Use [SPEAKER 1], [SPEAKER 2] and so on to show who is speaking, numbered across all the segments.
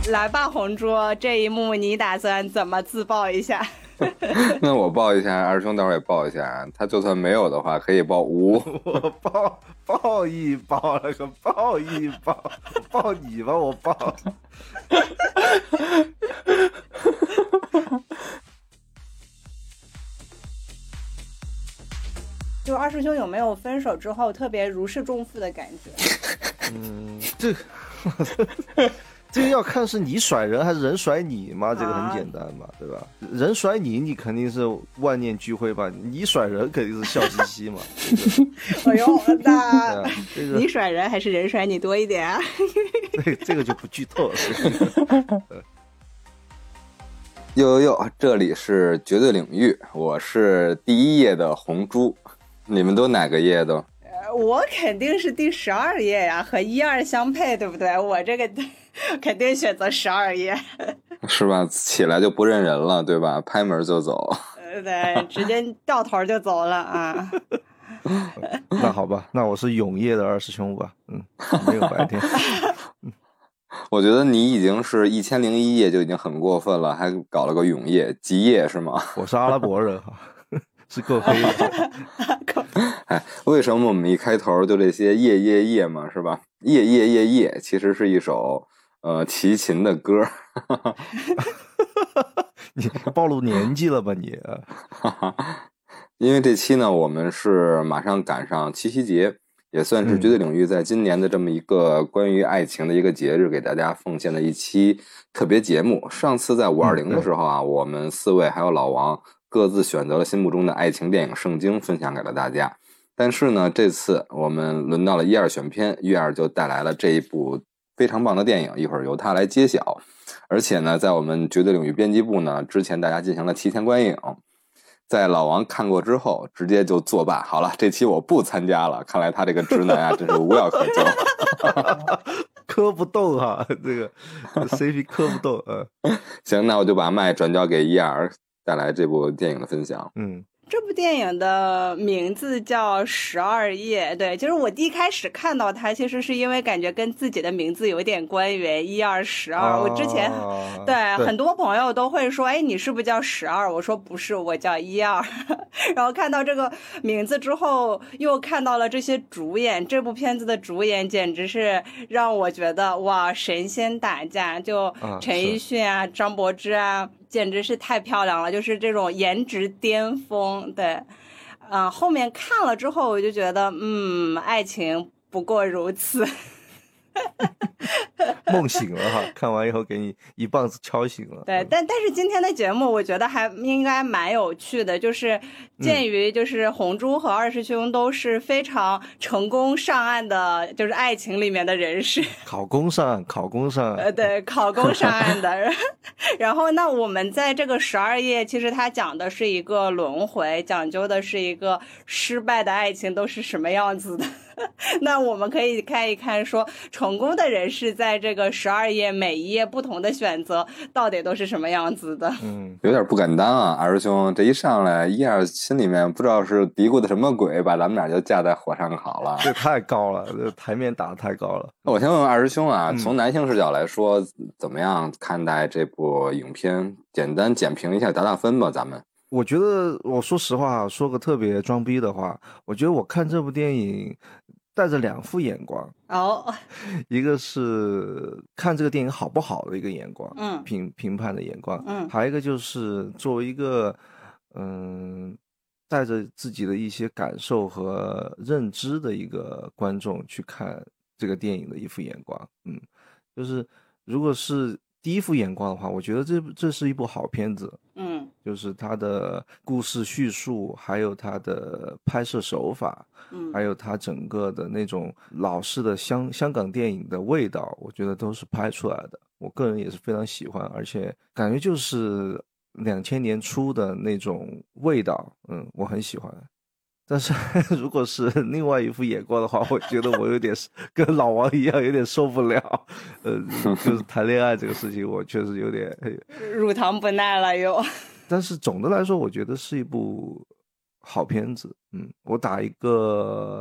[SPEAKER 1] 来吧，红猪，这一幕你打算怎么自爆一下？
[SPEAKER 2] 那我报一下，二师兄待会儿也报一下。他就算没有的话，可以报5。
[SPEAKER 3] 我报一报了个报一报，报你吧，我报。
[SPEAKER 1] 就二师兄有没有分手之后特别如释重负的感觉？
[SPEAKER 3] 这个要看是你甩人还是人甩你嘛，这个很简单嘛，对吧？人甩你肯定是万念俱灰吧，你甩人肯定是笑嘻嘻嘛。
[SPEAKER 1] 哎呦，那
[SPEAKER 3] 这个
[SPEAKER 1] 你甩人还是人甩你多一点啊？
[SPEAKER 3] 这个就不剧透了。
[SPEAKER 2] 哟，这里是绝对领域，我是第1页的红猪，你们都哪个页的？
[SPEAKER 1] 我肯定是第12页呀，和1、2相配，对不对？我这个肯定选择12页，
[SPEAKER 2] 是吧？起来就不认人了，对吧？拍门就走。
[SPEAKER 1] 对，直接掉头就走了啊。
[SPEAKER 3] 那好吧，那我是永夜的二师兄吧，没有白天。
[SPEAKER 2] 我觉得你已经是1001页就已经很过分了，还搞了个永夜极夜是吗？
[SPEAKER 3] 我是阿拉伯人哈，是够黑的。
[SPEAKER 2] 哎，为什么我们一开头就这些夜嘛，是吧？夜，其实是一首齐秦的歌。
[SPEAKER 3] 你暴露年纪了吧你？
[SPEAKER 2] 因为这期呢，我们是马上赶上七夕节，也算是绝对领域在今年的这么一个关于爱情的一个节日，给大家奉献的一期特别节目。上次在520的时候啊，我们4位还有老王各自选择了心目中的爱情电影圣经，分享给了大家。但是呢，这次我们轮到了1、2选片，月儿就带来了这一部非常棒的电影，一会儿由他来揭晓。而且呢，在我们绝对领域编辑部呢，之前大家进行了提前观影，在老王看过之后，直接就作罢。好了，这期我不参加了。看来他这个直男啊，真是无药可救。
[SPEAKER 3] 磕不动哈，这个 CP 磕不动。
[SPEAKER 2] 行，那我就把麦转交给1、2带来这部电影的分享。
[SPEAKER 1] 这部电影的名字叫12页，对，就是我一开始看到它，其实是因为感觉跟自己的名字有点关联，1、2、12。我之前对很多朋友都会说，哎，你是不是叫12？我说不是，我叫1、2。然后看到这个名字之后，又看到了这些主演，这部片子的主演简直是让我觉得哇，神仙打架，就陈奕迅啊、张柏芝啊。简直是太漂亮了，就是这种颜值巅峰。对，后面看了之后，我就觉得，爱情不过如此。
[SPEAKER 3] 梦醒了哈，看完以后给你一棒子敲醒了。
[SPEAKER 1] 对，但是今天的节目我觉得还应该蛮有趣的，就是鉴于就是红猪和二师兄都是非常成功上岸的，就是爱情里面的人士，
[SPEAKER 3] 考公上岸，
[SPEAKER 1] 对，考公上岸的。然后那我们在这个12页，其实它讲的是一个轮回，讲究的是一个失败的爱情都是什么样子的。那我们可以看一看说成功的人士在这个12页每一页不同的选择到底都是什么样子的。
[SPEAKER 2] 有点不敢当啊，二师兄这一上来1、2心里面不知道是嘀咕的什么鬼，把咱们俩就架在火上烤了。
[SPEAKER 3] 这太高了，这台面打得太高了。
[SPEAKER 2] 我先问问二师兄啊，从男性视角来说，怎么样看待这部影片？简单简评一下，打分吧，咱们。
[SPEAKER 3] 我觉得，我说实话，说个特别装逼的话，我觉得我看这部电影带着2副眼光。一个是看这个电影好不好的一个眼光，评判的眼光，还有一个就是作为一个带着自己的一些感受和认知的一个观众去看这个电影的一副眼光。就是如果是第一副眼光的话，我觉得这是一部好片子。就是它的故事叙述，还有它的拍摄手法，还有它整个的那种老式的香港电影的味道，我觉得都是拍出来的。我个人也是非常喜欢，而且感觉就是2000年初的那种味道，我很喜欢。但是如果是另外一副眼光的话，我觉得我有点跟老王一样，有点受不了。就是谈恋爱这个事情，我确实有点
[SPEAKER 1] 乳糖不耐了又。
[SPEAKER 3] 但是总的来说，我觉得是一部好片子。我打一个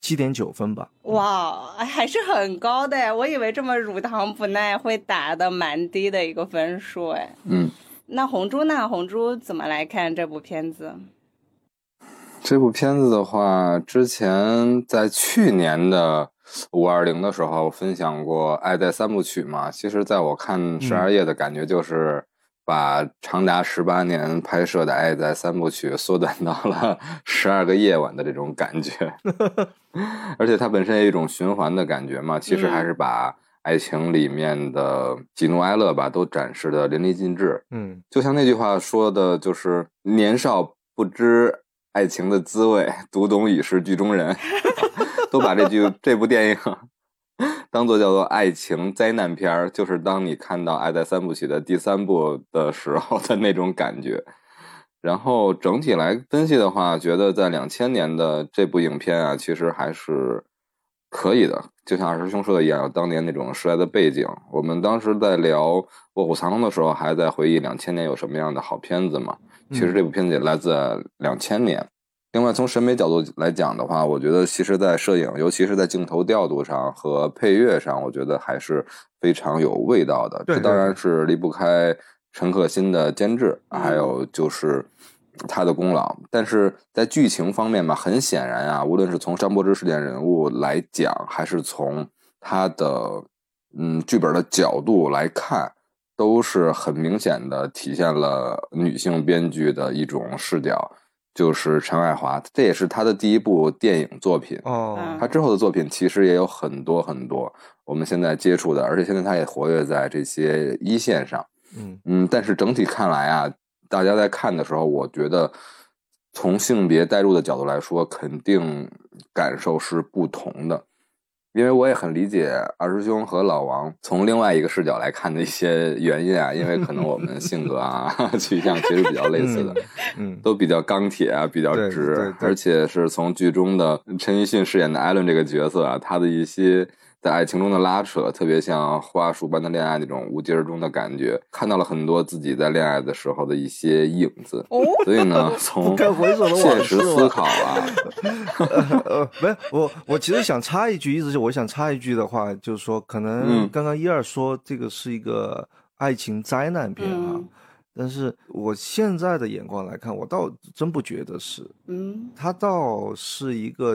[SPEAKER 3] 7.9分吧。
[SPEAKER 1] 哇，还是很高的，我以为这么乳糖不耐会打的蛮低的一个分数哎。那红猪呢？红猪怎么来看这部片子？
[SPEAKER 2] 这部片子的话，之前在去年的520的时候分享过《爱在3部曲》嘛。其实在我看12页的感觉就是把长达18年拍摄的《爱在3部曲》缩短到了12个夜晚的这种感觉。而且它本身有一种循环的感觉嘛，其实还是把爱情里面的喜怒哀乐吧都展示的淋漓尽致。就像那句话说的，就是年少不知爱情的滋味，读懂已是剧中人。都把这部电影当做叫做爱情灾难片，就是当你看到《爱在3部曲》的第3部的时候的那种感觉。然后整体来分析的话，觉得在2000年的这部影片啊，其实还是可以的。就像二师兄说的一样，当年那种时代的背景，我们当时在聊《卧虎藏龙》的时候，还在回忆2000年有什么样的好片子嘛。其实这部片子也来自2000年。另外从审美角度来讲的话，我觉得其实在摄影，尤其是在镜头调度上和配乐上，我觉得还是非常有味道的。这当然是离不开陈可辛的监制，还有就是他的功劳。但是在剧情方面嘛，很显然啊，无论是从张柏芝饰演人物来讲，还是从他的剧本的角度来看，都是很明显的体现了女性编剧的一种视角。就是陈爱华，这也是他的第一部电影作品。他之后的作品其实也有很多很多我们现在接触的，而且现在他也活跃在这些一线上。但是整体看来啊，大家在看的时候，我觉得从性别代入的角度来说，肯定感受是不同的。因为我也很理解二师兄和老王从另外一个视角来看的一些原因啊，因为可能我们性格啊取向其实比较类似的，都比较钢铁啊，比较直，而且是从剧中的陈奕迅饰演的艾伦这个角色啊，他的一些在爱情中的拉扯，特别像花束般的恋爱那种无疾而终的感觉，看到了很多自己在恋爱的时候的一些影子。所以呢，从现实思考啊，
[SPEAKER 3] 没有，我其实想插一句，我想插一句的话，就是说，可能刚刚1·2说这个是一个爱情灾难片啊，但是我现在的眼光来看，我倒真不觉得是，它倒是一个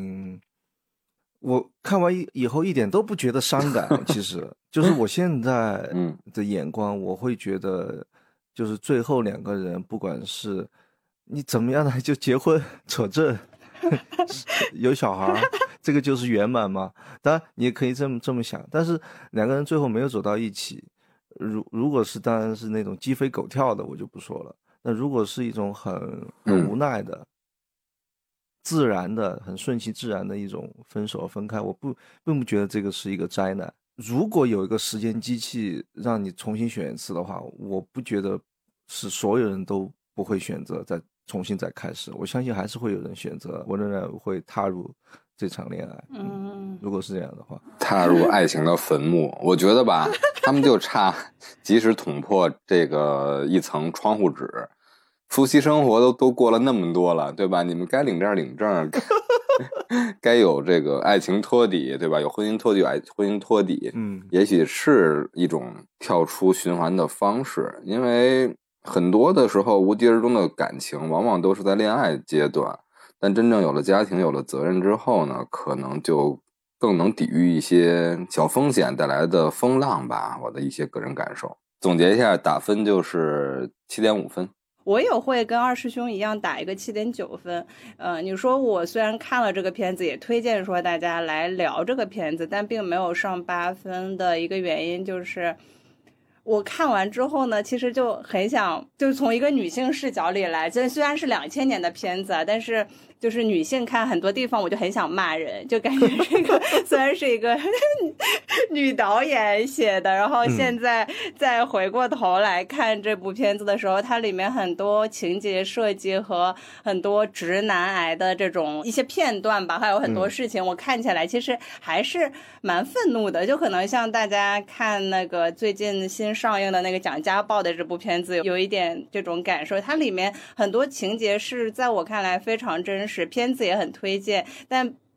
[SPEAKER 3] 我看完以后一点都不觉得伤感，其实就是我现在的眼光，我会觉得就是最后2个人，不管是你怎么样的就结婚扯证有小孩，这个就是圆满嘛。当然你也可以这么想，但是2个人最后没有走到一起，如果是当然是那种鸡飞狗跳的，我就不说了。那如果是一种很无奈的。自然的很顺其自然的一种分手分开，我并不觉得这个是一个灾难。如果有一个时间机器让你重新选一次的话，我不觉得是所有人都不会选择再重新再开始，我相信还是会有人选择，我仍然会踏入这场恋爱。如果是这样的话，
[SPEAKER 2] 踏入爱情的坟墓，我觉得吧，他们就差及时捅破这个一层窗户纸。夫妻生活都过了那么多了，对吧？你们该领证领证，该有这个爱情托底，对吧？有婚姻托底，有婚姻托底，也许是一种跳出循环的方式。因为很多的时候，无疾而终的感情，往往都是在恋爱阶段，但真正有了家庭，有了责任之后呢，可能就更能抵御一些小风险带来的风浪吧。我的一些个人感受，总结一下，打分就是7.5分。
[SPEAKER 1] 我也会跟二师兄一样打一个7.9分。你说我虽然看了这个片子，也推荐说大家来聊这个片子，但并没有上8分的一个原因就是我看完之后呢，其实就很想就是从一个女性视角里来，这虽然是2000年的片子，但是就是女性看很多地方我就很想骂人，就感觉这个虽然是一个女导演写的，然后现在再回过头来看这部片子的时候，它里面很多情节设计和很多直男癌的这种一些片段吧，还有很多事情我看起来其实还是蛮愤怒的。就可能像大家看那个最近新上映的那个讲家暴的这部片子有一点这种感受，它里面很多情节是在我看来非常真实，片子也很推荐，但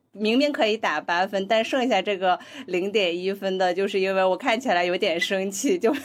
[SPEAKER 1] 明明可以打8分，但剩下这个0.1分的，就是因为我看起来有点生气，就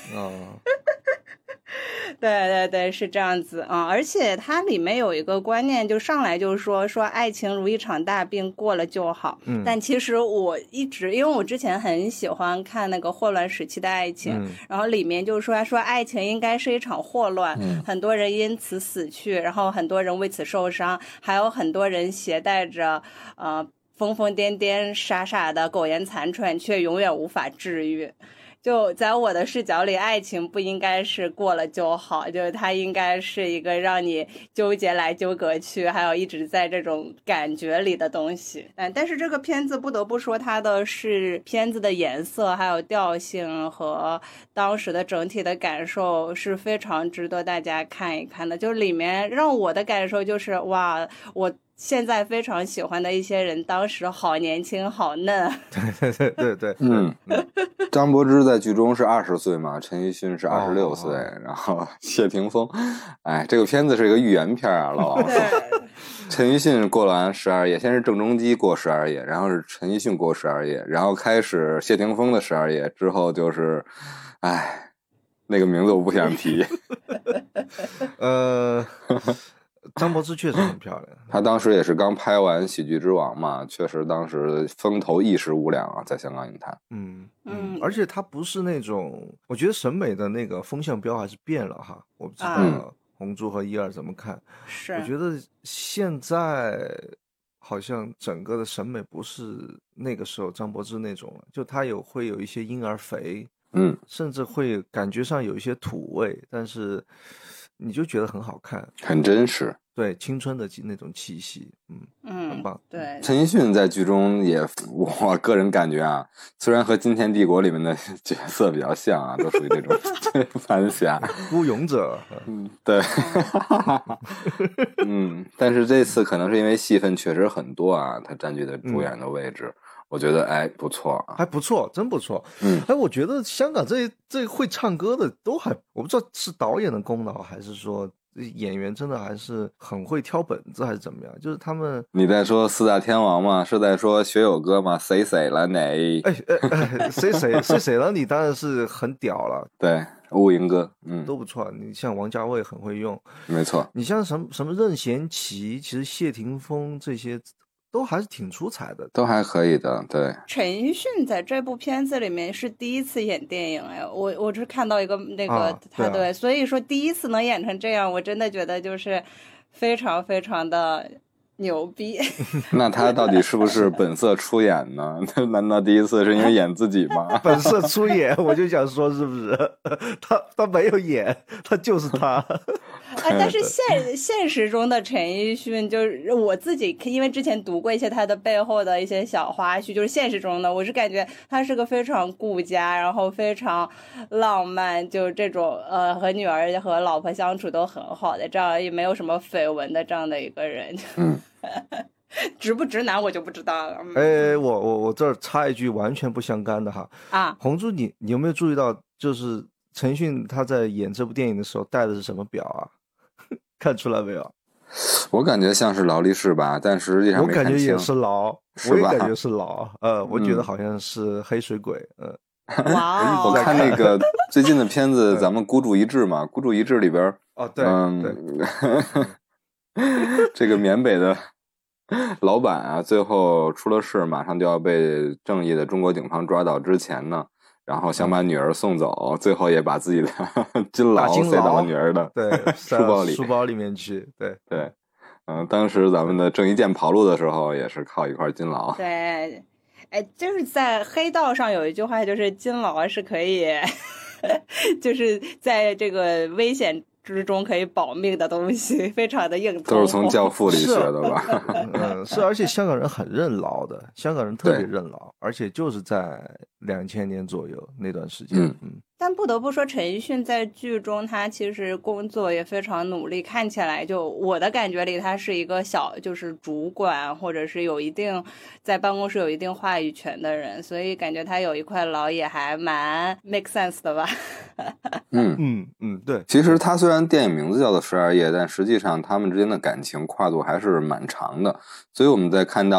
[SPEAKER 1] 对对对，是这样子啊、而且它里面有一个观念，就上来就是说爱情如一场大病，过了就好。但其实我一直，因为我之前很喜欢看那个霍乱时期的爱情，然后里面就是说爱情应该是一场霍乱，很多人因此死去，然后很多人为此受伤，还有很多人携带着疯疯癫癫、傻傻的苟延残喘，却永远无法治愈。就在我的视角里，爱情不应该是过了就好，就是它应该是一个让你纠结来纠葛去，还有一直在这种感觉里的东西。但是这个片子不得不说，它的是片子的颜色还有调性和当时的整体的感受是非常值得大家看一看的。就里面让我的感受就是哇，我现在非常喜欢的一些人，当时好年轻，好嫩。
[SPEAKER 3] 对，
[SPEAKER 2] 张柏芝在剧中是20岁嘛，陈奕迅是26岁，然后谢霆锋，哎，这个片子是一个预言片啊，老王。陈奕迅过完12页，先是郑中基过12页，然后是陈奕迅过12页，然后开始谢霆锋的12页，之后就是，哎，那个名字我不想提。
[SPEAKER 3] 张柏芝确实很漂亮，
[SPEAKER 2] 她当时也是刚拍完《喜剧之王》嘛，确实当时风头一时无两啊，在香港影坛。
[SPEAKER 3] 而且她不是那种，我觉得审美的那个风向标还是变了哈。我不知道红猪和1、2怎么看。
[SPEAKER 1] 是，
[SPEAKER 3] 我觉得现在好像整个的审美不是那个时候张柏芝那种了，就她会有一些婴儿肥，甚至会感觉上有一些土味，但是你就觉得很好看，
[SPEAKER 2] 很真实，
[SPEAKER 3] 对青春的那种气息，很棒。
[SPEAKER 1] 对，
[SPEAKER 2] 陈奕迅在剧中也，我个人感觉啊，虽然和《惊天帝国》里面的角色比较像啊，都属于这种反侠、
[SPEAKER 3] 孤勇者，
[SPEAKER 2] 对，但是这次可能是因为戏份确实很多啊，他占据的主演的位置。我觉得哎不错啊，
[SPEAKER 3] 还不错，真不错。我觉得香港这会唱歌的都还，我不知道是导演的功劳还是说演员真的还是很会挑本子还是怎么样，就是他们。
[SPEAKER 2] 你在说4大天王吗？是在说学友歌吗？谁了你？
[SPEAKER 3] 谁了你当然是很屌了。
[SPEAKER 2] 对，吴英哥，
[SPEAKER 3] 都不错。你像王家卫很会用，
[SPEAKER 2] 没错。
[SPEAKER 3] 你像什么任贤齐，其实谢霆锋这些。都还是挺出彩的，
[SPEAKER 2] 都还可以的。对，
[SPEAKER 1] 陈奕迅在这部片子里面是第一次演电影哎，我是看到一个那个他对，所以说第一次能演成这样，我真的觉得就是非常非常的牛逼。
[SPEAKER 2] 那他到底是不是本色出演呢？难道第一次是因为演自己吗？
[SPEAKER 3] 本色出演，我就想说是不是他没有演，他就是他。
[SPEAKER 1] 但是现实中的陈奕迅，就是我自己因为之前读过一些他的背后的一些小花絮，就是现实中的我是感觉他是个非常顾家，然后非常浪漫，就这种和女儿和老婆相处都很好的，这样也没有什么绯闻的这样的一个人。直不直男我就不知道了。
[SPEAKER 3] 我这儿插一句完全不相干的哈红珠，你有没有注意到，就是陈奕迅他在演这部电影的时候戴的是什么表啊？看出来没有？
[SPEAKER 2] 我感觉像是劳力士吧，但实际上
[SPEAKER 3] 我感觉也是劳，我也感觉是劳。我觉得好像是黑水鬼。
[SPEAKER 1] 哇，
[SPEAKER 2] 我看那个最近的片子，咱们孤注一掷嘛，孤注一掷里边，
[SPEAKER 3] 对，
[SPEAKER 2] 这个缅北的老板啊，最后出了事，马上就要被正义的中国警方抓到之前呢。然后想把女儿送走，最后也把自己的金劳塞到了女儿的
[SPEAKER 3] 书包里面去。
[SPEAKER 2] 对，当时咱们的郑伊健跑路的时候，也是靠一块金劳。
[SPEAKER 1] 对，就是在黑道上有一句话，就是金劳是可以，就是在这个危险之中可以保命的东西，非常的硬。
[SPEAKER 2] 都是从《教父》里学的吧？
[SPEAKER 3] 是，而且香港人很任劳的，香港人特别任劳，而且就是在2000年左右那段时间。
[SPEAKER 1] 但不得不说，陈奕迅在剧中他其实工作也非常努力，看起来就我的感觉里，他是一个就是主管，或者是有一定在办公室有一定话语权的人，所以感觉他有一块劳也还蛮 make sense 的吧。
[SPEAKER 3] 对。
[SPEAKER 2] 其实他虽然电影名字叫做12页，但实际上他们之间的感情跨度还是蛮长的，所以我们在看到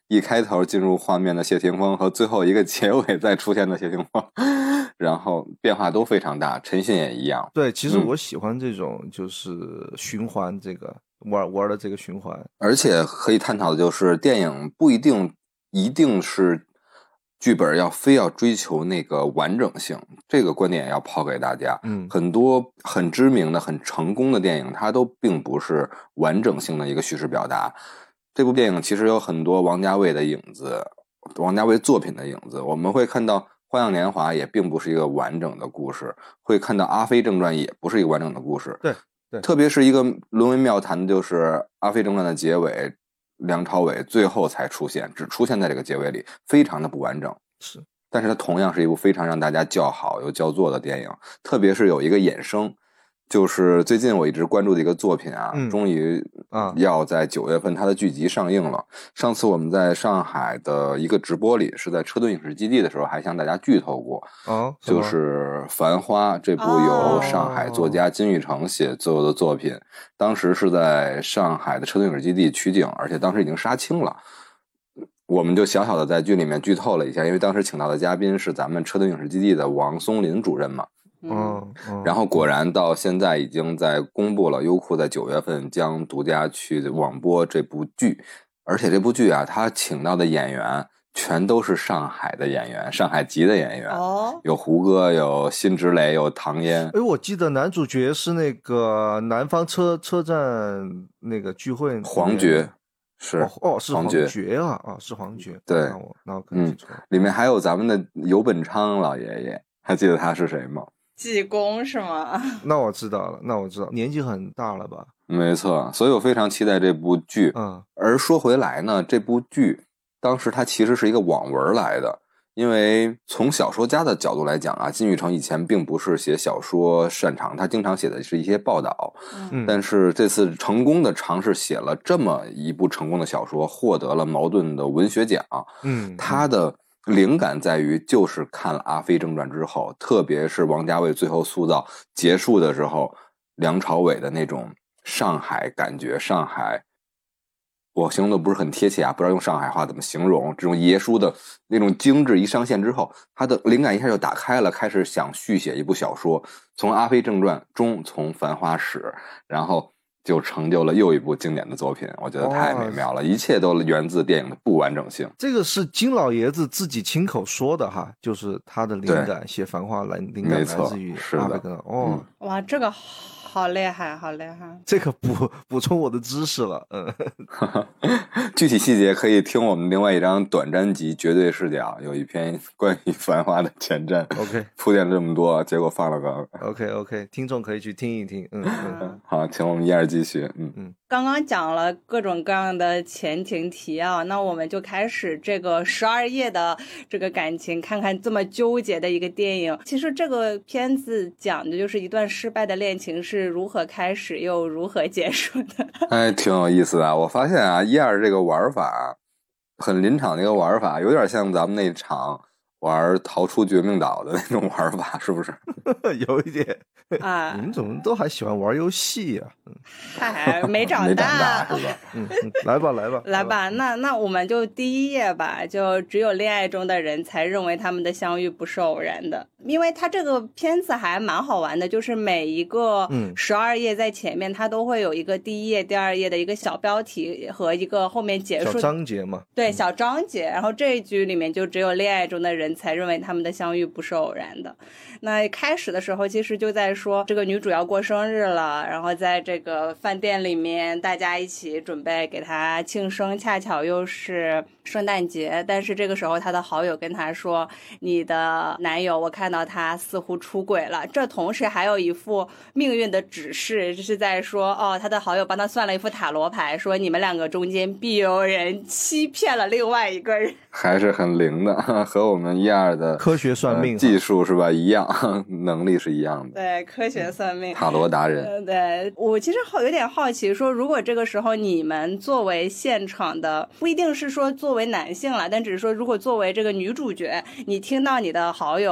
[SPEAKER 2] 一开头进入画面的谢霆锋和最后一个结尾再出现的谢霆锋，然后变化都非常大。陈迅也一样。
[SPEAKER 3] 对，其实我喜欢这种就是循环，这个玩的这个循环。
[SPEAKER 2] 而且可以探讨的就是电影不一定是剧本非要追求那个完整性，这个观点也要抛给大家。很多很知名的很成功的电影它都并不是完整性的一个叙事表达。这部电影其实有很多王家卫的影子，王家卫作品的影子。我们会看到《花样年华》也并不是一个完整的故事，会看到《阿飞正传》也不是一个完整的故事。
[SPEAKER 3] 对，
[SPEAKER 2] 特别是一个沦为妙谈的就是《阿飞正传》的结尾，梁朝伟最后才出现，只出现在这个结尾里，非常的不完整。
[SPEAKER 3] 是，
[SPEAKER 2] 但是它同样是一部非常让大家叫好又叫座的电影。特别是有一个衍生，就是最近我一直关注的一个作品啊，终于要在9月份它的剧集上映了。上次我们在上海的一个直播里，是在车墩影视基地的时候，还向大家剧透过，就是《繁花》这部由上海作家金宇澄写作的作品，当时是在上海的车墩影视基地取景，而且当时已经杀青了。我们就小小的在剧里面剧透了一下，因为当时请到的嘉宾是咱们车墩影视基地的王松林主任嘛。然后果然到现在已经在公布了，优酷在9月份将独家去网播这部剧，而且这部剧啊，他请到的演员全都是上海的演员，上海籍的演员，有胡歌，有辛芷蕾，有唐嫣。
[SPEAKER 3] 我记得男主角是那个南方车站那个聚会
[SPEAKER 2] 黄觉。是
[SPEAKER 3] 是黄觉啊，是黄觉。
[SPEAKER 2] 对，
[SPEAKER 3] 那我可能记错了。
[SPEAKER 2] 里面还有咱们的游本昌老爷爷，还记得他是谁吗？
[SPEAKER 1] 济公是吗？
[SPEAKER 3] 那我知道了，年纪很大了吧？
[SPEAKER 2] 没错，所以我非常期待这部剧。而说回来呢，这部剧当时它其实是一个网文来的，因为从小说家的角度来讲啊，金宇澄以前并不是写小说擅长，他经常写的是一些报道。但是这次成功的尝试写了这么一部成功的小说，获得了茅盾的文学奖。他的灵感在于就是看了《阿飞正传》之后，特别是王家卫最后塑造结束的时候，梁朝伟的那种上海感觉，上海我形容的不是很贴切啊，不知道用上海话怎么形容，这种爷叔的那种精致一上线之后，他的灵感一下就打开了，开始想续写一部小说，从《阿飞正传》中从《繁花》始，然后就成就了又一部经典的作品，我觉得太美妙了，一切都源自电影的不完整性。
[SPEAKER 3] 这个是金老爷子自己亲口说的哈，就是他的灵感写《繁花》灵感来自于阿飞正传。
[SPEAKER 1] 哇，这个好厉害，好厉害！
[SPEAKER 3] 这个补充我的知识了，
[SPEAKER 2] 具体细节可以听我们另外一张短专辑《绝对视角》，有一篇关于《繁花》的前瞻。
[SPEAKER 3] OK，
[SPEAKER 2] 铺垫了这么多，结果放了个
[SPEAKER 3] OK， 听众可以去听一听。
[SPEAKER 2] 好，请我们一二继续。
[SPEAKER 1] 刚刚讲了各种各样的前情提要，那我们就开始这个12页的这个感情，看看这么纠结的一个电影。其实这个片子讲的就是一段失败的恋情是如何开始又如何结束的。
[SPEAKER 2] 挺有意思的。我发现啊，1、2这个玩法很临场的一个玩法，有点像咱们那场玩逃出绝命岛的那种玩法，是不是？
[SPEAKER 3] 有一点
[SPEAKER 1] 啊，
[SPEAKER 3] 你们怎么都还喜欢玩游戏呀？
[SPEAKER 1] 嗨，没长大
[SPEAKER 2] 是吧？
[SPEAKER 3] 来吧。
[SPEAKER 1] 那我们就第1页吧，就只有恋爱中的人才认为他们的相遇不是偶然的。因为它这个片子还蛮好玩的，就是每一个12页在前面，它都会有一个第1页、第2页的一个小标题和一个后面结束
[SPEAKER 3] 小章节嘛。
[SPEAKER 1] 对，小章节。然后这一局里面就只有恋爱中的人才认为他们的相遇不是偶然的。那开始的时候其实就在说这个女主要过生日了，然后在这个饭店里面大家一起准备给她庆生，恰巧又是圣诞节，但是这个时候她的好友跟她说，你的男友我看到他似乎出轨了。这同时还有一副命运的指示，就是在说他的好友帮他算了一副塔罗牌，说你们两个中间必有人欺骗了另外一个人。
[SPEAKER 2] 还是很灵的，和我们1、2的
[SPEAKER 3] 科学算命
[SPEAKER 2] 技术是吧一样，能力是一样的。
[SPEAKER 1] 对，科学算命，
[SPEAKER 2] 塔罗达人。
[SPEAKER 1] 对，我其实有点好奇，说如果这个时候你们作为现场的，不一定是说作为男性了，但只是说如果作为这个女主角，你听到你的好友或者是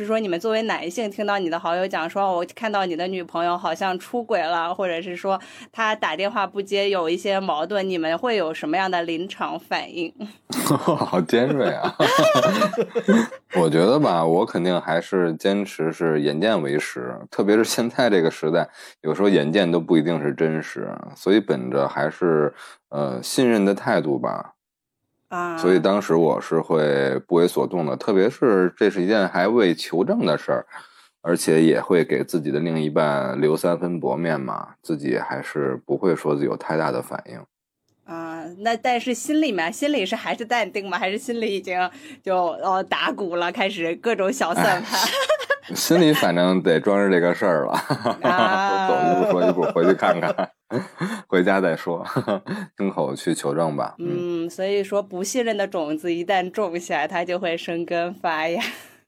[SPEAKER 1] 说你们作为男性听到你的好友讲说我看到你的女朋友好像出轨了，或者是说他打电话不接有一些矛盾，你们会有什么样的临场反应？
[SPEAKER 2] 好尖锐啊！我觉得吧，我肯定还是坚持是眼见为实，特别是现在这个时代，有时候眼见都不一定是真实，所以本着还是信任的态度吧。所以当时我是会不为所动的，特别是这是一件还未求证的事儿，而且也会给自己的另一半留3分薄面嘛，自己还是不会说有太大的反应。
[SPEAKER 1] 那但是心里是还是淡定吗？还是心里已经就打鼓了，开始各种小算盘？
[SPEAKER 2] 心里反正得装着这个事儿了，走一步说一步，回去看看，回家再说，亲口去求证吧。
[SPEAKER 1] 所以说不信任的种子一旦种下，它就会生根发芽。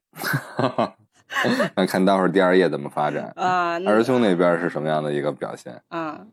[SPEAKER 2] 那看到时候第2页怎么发展啊？二兄那边是什么样的一个表现？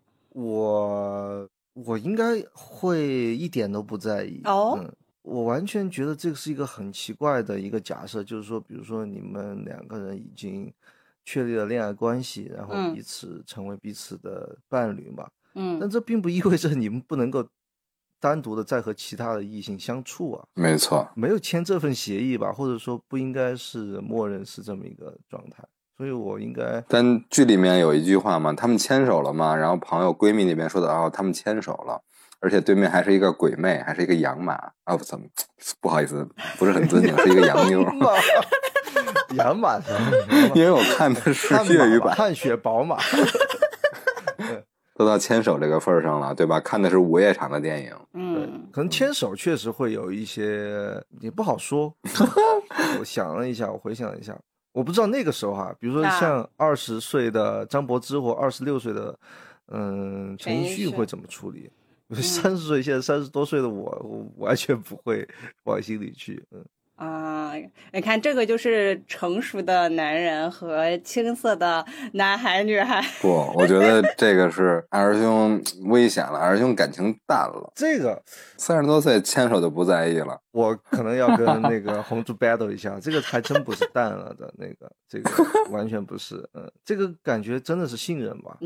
[SPEAKER 3] 我应该会一点都不在意。我完全觉得这个是一个很奇怪的一个假设，就是说比如说你们2个人已经确立了恋爱关系，然后彼此成为彼此的伴侣嘛。但这并不意味着你们不能够单独的再和其他的异性相处啊。
[SPEAKER 2] 没错，
[SPEAKER 3] 没有签这份协议吧，或者说不应该是默认是这么一个状态。所以我应该，
[SPEAKER 2] 但剧里面有一句话嘛，他们牵手了嘛，然后朋友闺蜜那边说的他们牵手了，而且对面还是一个鬼妹，还是一个洋马怎么不好意思，不是很尊敬，是一个洋妞。
[SPEAKER 3] 洋马，
[SPEAKER 2] 因为我看的是粤语版，
[SPEAKER 3] 汗血宝马。
[SPEAKER 2] 都到牵手这个份上了，对吧？看的是午夜场的电影，
[SPEAKER 3] 可能牵手确实会有一些也不好说。我想了一下，我回想了一下。我不知道那个时候比如说像20岁的张柏芝或26岁的陈奕迅会怎么处理？30岁现在30多岁的我完全不会往心里去。
[SPEAKER 1] 你看这个就是成熟的男人和青涩的男孩女孩。
[SPEAKER 2] 不，我觉得这个是二师兄危险了，二师兄感情淡了。
[SPEAKER 3] 这个
[SPEAKER 2] 30多岁牵手就不在意了，
[SPEAKER 3] 我可能要跟那个红猪 battle 一下，这个还真不是淡了的这个完全不是。这个感觉真的是信任吧。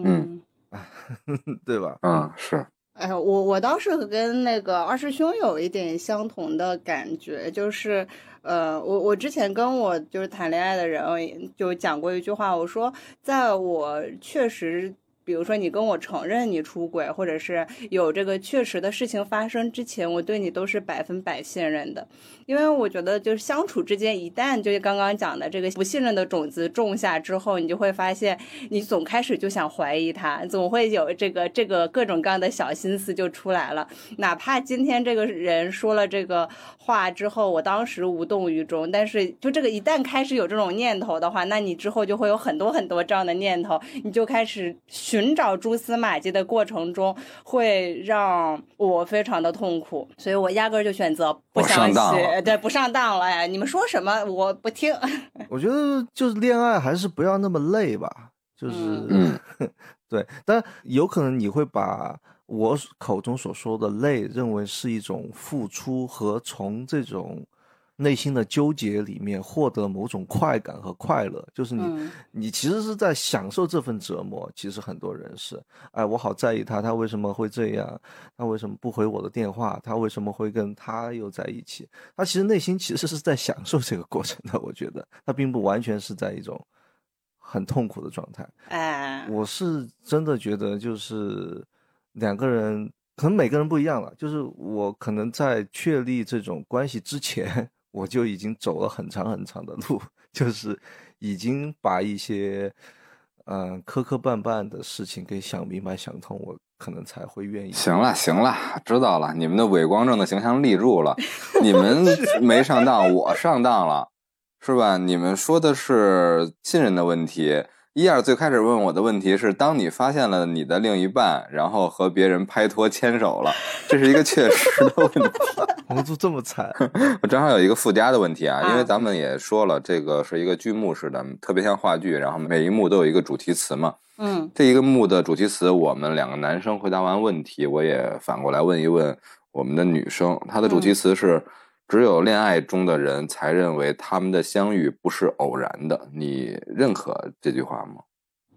[SPEAKER 3] 对吧？
[SPEAKER 2] 是。
[SPEAKER 1] 我倒是跟那个二师兄有一点相同的感觉，就是我之前跟我就是谈恋爱的人就讲过一句话，我说在我确实比如说你跟我承认你出轨，或者是有这个确实的事情发生之前，我对你都是100%信任的。因为我觉得就是相处之间，一旦就是刚刚讲的这个不信任的种子种下之后，你就会发现你总开始就想怀疑他，总会有这个各种各样的小心思就出来了。哪怕今天这个人说了这个话之后，我当时无动于衷，但是就这个一旦开始有这种念头的话，那你之后就会有很多很多这样的念头，你就开始寻找蛛丝马迹的过程中，会让我非常的痛苦，所以我压根就选择不相信，对，不上当了。哎，你们说什么我不听。
[SPEAKER 3] 我觉得就是恋爱还是不要那么累吧，就是对，但有可能你会把我口中所说的累认为是一种付出和从这种内心的纠结里面获得某种快感和快乐，就是你其实是在享受这份折磨。其实很多人是，哎，我好在意他为什么会这样，他为什么不回我的电话，他为什么会跟他又在一起，他其实内心其实是在享受这个过程的。我觉得他并不完全是在一种很痛苦的状态。我是真的觉得就是两个人可能每个人不一样了，就是我可能在确立这种关系之前，我就已经走了很长很长的路，就是已经把一些磕磕绊绊的事情给想明白想通，我可能才会愿意。
[SPEAKER 2] 行了，知道了，你们的伪光正的形象立住了。你们没上当，我上当了，是吧？你们说的是信任的问题。1、2最开始问我的问题是，当你发现了你的另一半然后和别人拍拖牵手了，这是一个确实的问题。
[SPEAKER 3] 红猪这么惨。
[SPEAKER 2] 我正好有一个附加的问题啊，因为咱们也说了，这个是一个剧目式的，特别像话剧，然后每一幕都有一个主题词嘛。这一个幕的主题词，我们2个男生回答完问题，我也反过来问一问我们的女生，她的主题词是只有恋爱中的人才认为他们的相遇不是偶然的，你认可这句话吗？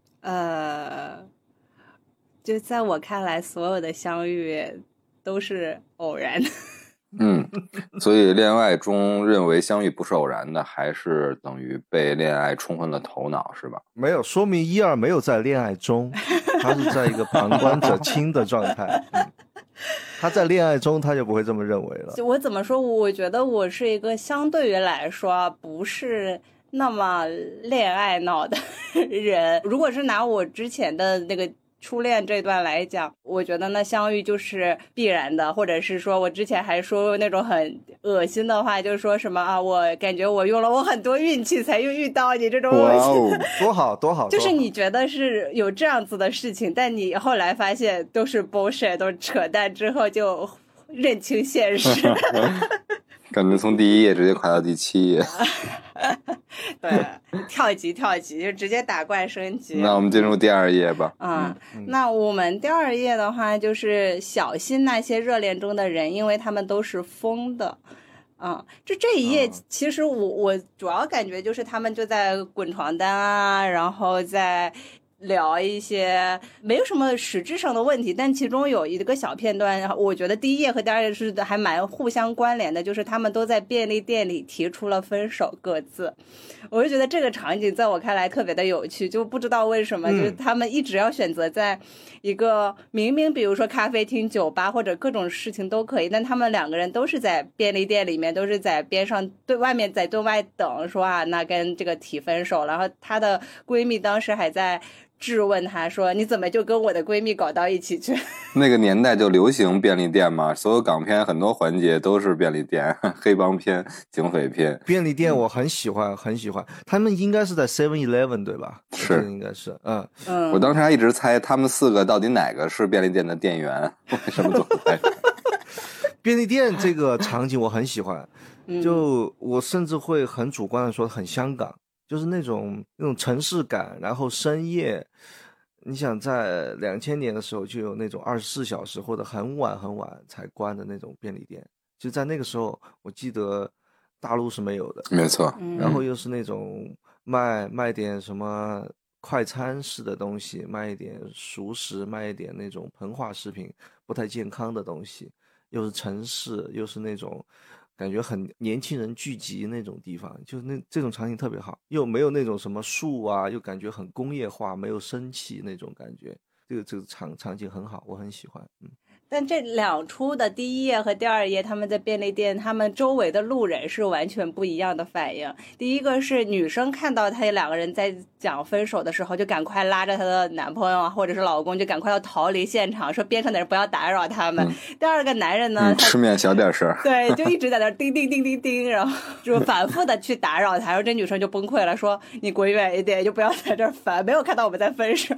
[SPEAKER 1] 就在我看来，所有的相遇都是偶然的。
[SPEAKER 2] 所以恋爱中认为相遇不是偶然的，还是等于被恋爱冲昏了头脑，是吧？
[SPEAKER 3] 没有，说明一二没有在恋爱中，他是在一个旁观者清的状态。他在恋爱中他就不会这么认为了。
[SPEAKER 1] 我怎么说？我觉得我是一个相对于来说不是那么恋爱脑的人。如果是拿我之前的那个初恋这段来讲，我觉得那相遇就是必然的，或者是说我之前还说那种很恶心的话，就是说什么啊，我感觉我用了我很多运气才遇到你这种恶心。
[SPEAKER 3] 多好多好，
[SPEAKER 1] 就是你觉得是有这样子的事情，但你后来发现都是 bullshit， 都是扯淡，之后就认清现实。
[SPEAKER 2] 感觉从第1页直接跨到第7页。
[SPEAKER 1] 对，跳级就直接打怪升级。
[SPEAKER 2] 那我们进入第2页吧。
[SPEAKER 1] 那我们第2页的话就是小心那些热恋中的人，因为他们都是疯的。这一页其实我主要感觉就是他们就在滚床单啊，然后在聊一些没有什么实质上的问题，但其中有一个小片段，我觉得第1页和第2页是还蛮互相关联的，就是他们都在便利店里提出了分手各自。我就觉得这个场景在我看来特别的有趣，就不知道为什么就是他们一直要选择在一个明明比如说咖啡厅、酒吧或者各种事情都可以，但他们2个人都是在便利店里面，都是在边上对外面在对外等，说啊那跟这个提分手。然后她的闺蜜当时还在质问她说你怎么就跟我的闺蜜搞到一起去。
[SPEAKER 2] 那个年代就流行便利店嘛，所有港片很多环节都是便利店，黑帮片、警匪片。
[SPEAKER 3] 便利店我很喜欢很喜欢，他们应该是在 7-Eleven 对吧？
[SPEAKER 2] 是，
[SPEAKER 3] 应该是。
[SPEAKER 2] 我当时还一直猜他们4个到底哪个是便利店的店员，为什么总猜？
[SPEAKER 3] 便利店这个场景我很喜欢，就我甚至会很主观的说很香港，就是那种城市感，然后深夜，你想在2000年的时候就有那种24小时或者很晚很晚才关的那种便利店，就在那个时候我记得大陆是没有的。
[SPEAKER 2] 没错。
[SPEAKER 3] 然后又是那种卖点什么快餐式的东西，卖一点熟食，卖一点那种膨化食品不太健康的东西，又是城市，又是那种感觉很年轻人聚集那种地方，就这种场景特别好，又没有那种什么树啊，又感觉很工业化，没有生气那种感觉，这个场景很好，我很喜欢。
[SPEAKER 1] 但这2出的第1页和第2页，他们在便利店，他们周围的路人是完全不一样的反应。第一个是女生看到他2个人在讲分手的时候，就赶快拉着她的男朋友或者是老公，就赶快要逃离现场，说边上的人不要打扰他们。第2个男人呢，
[SPEAKER 2] 吃面小点声，
[SPEAKER 1] 对，就一直在那叮叮叮叮叮，然后就反复的去打扰他，然后这女生就崩溃了，说你滚远一点，就不要在这儿烦，没有看到我们在分手。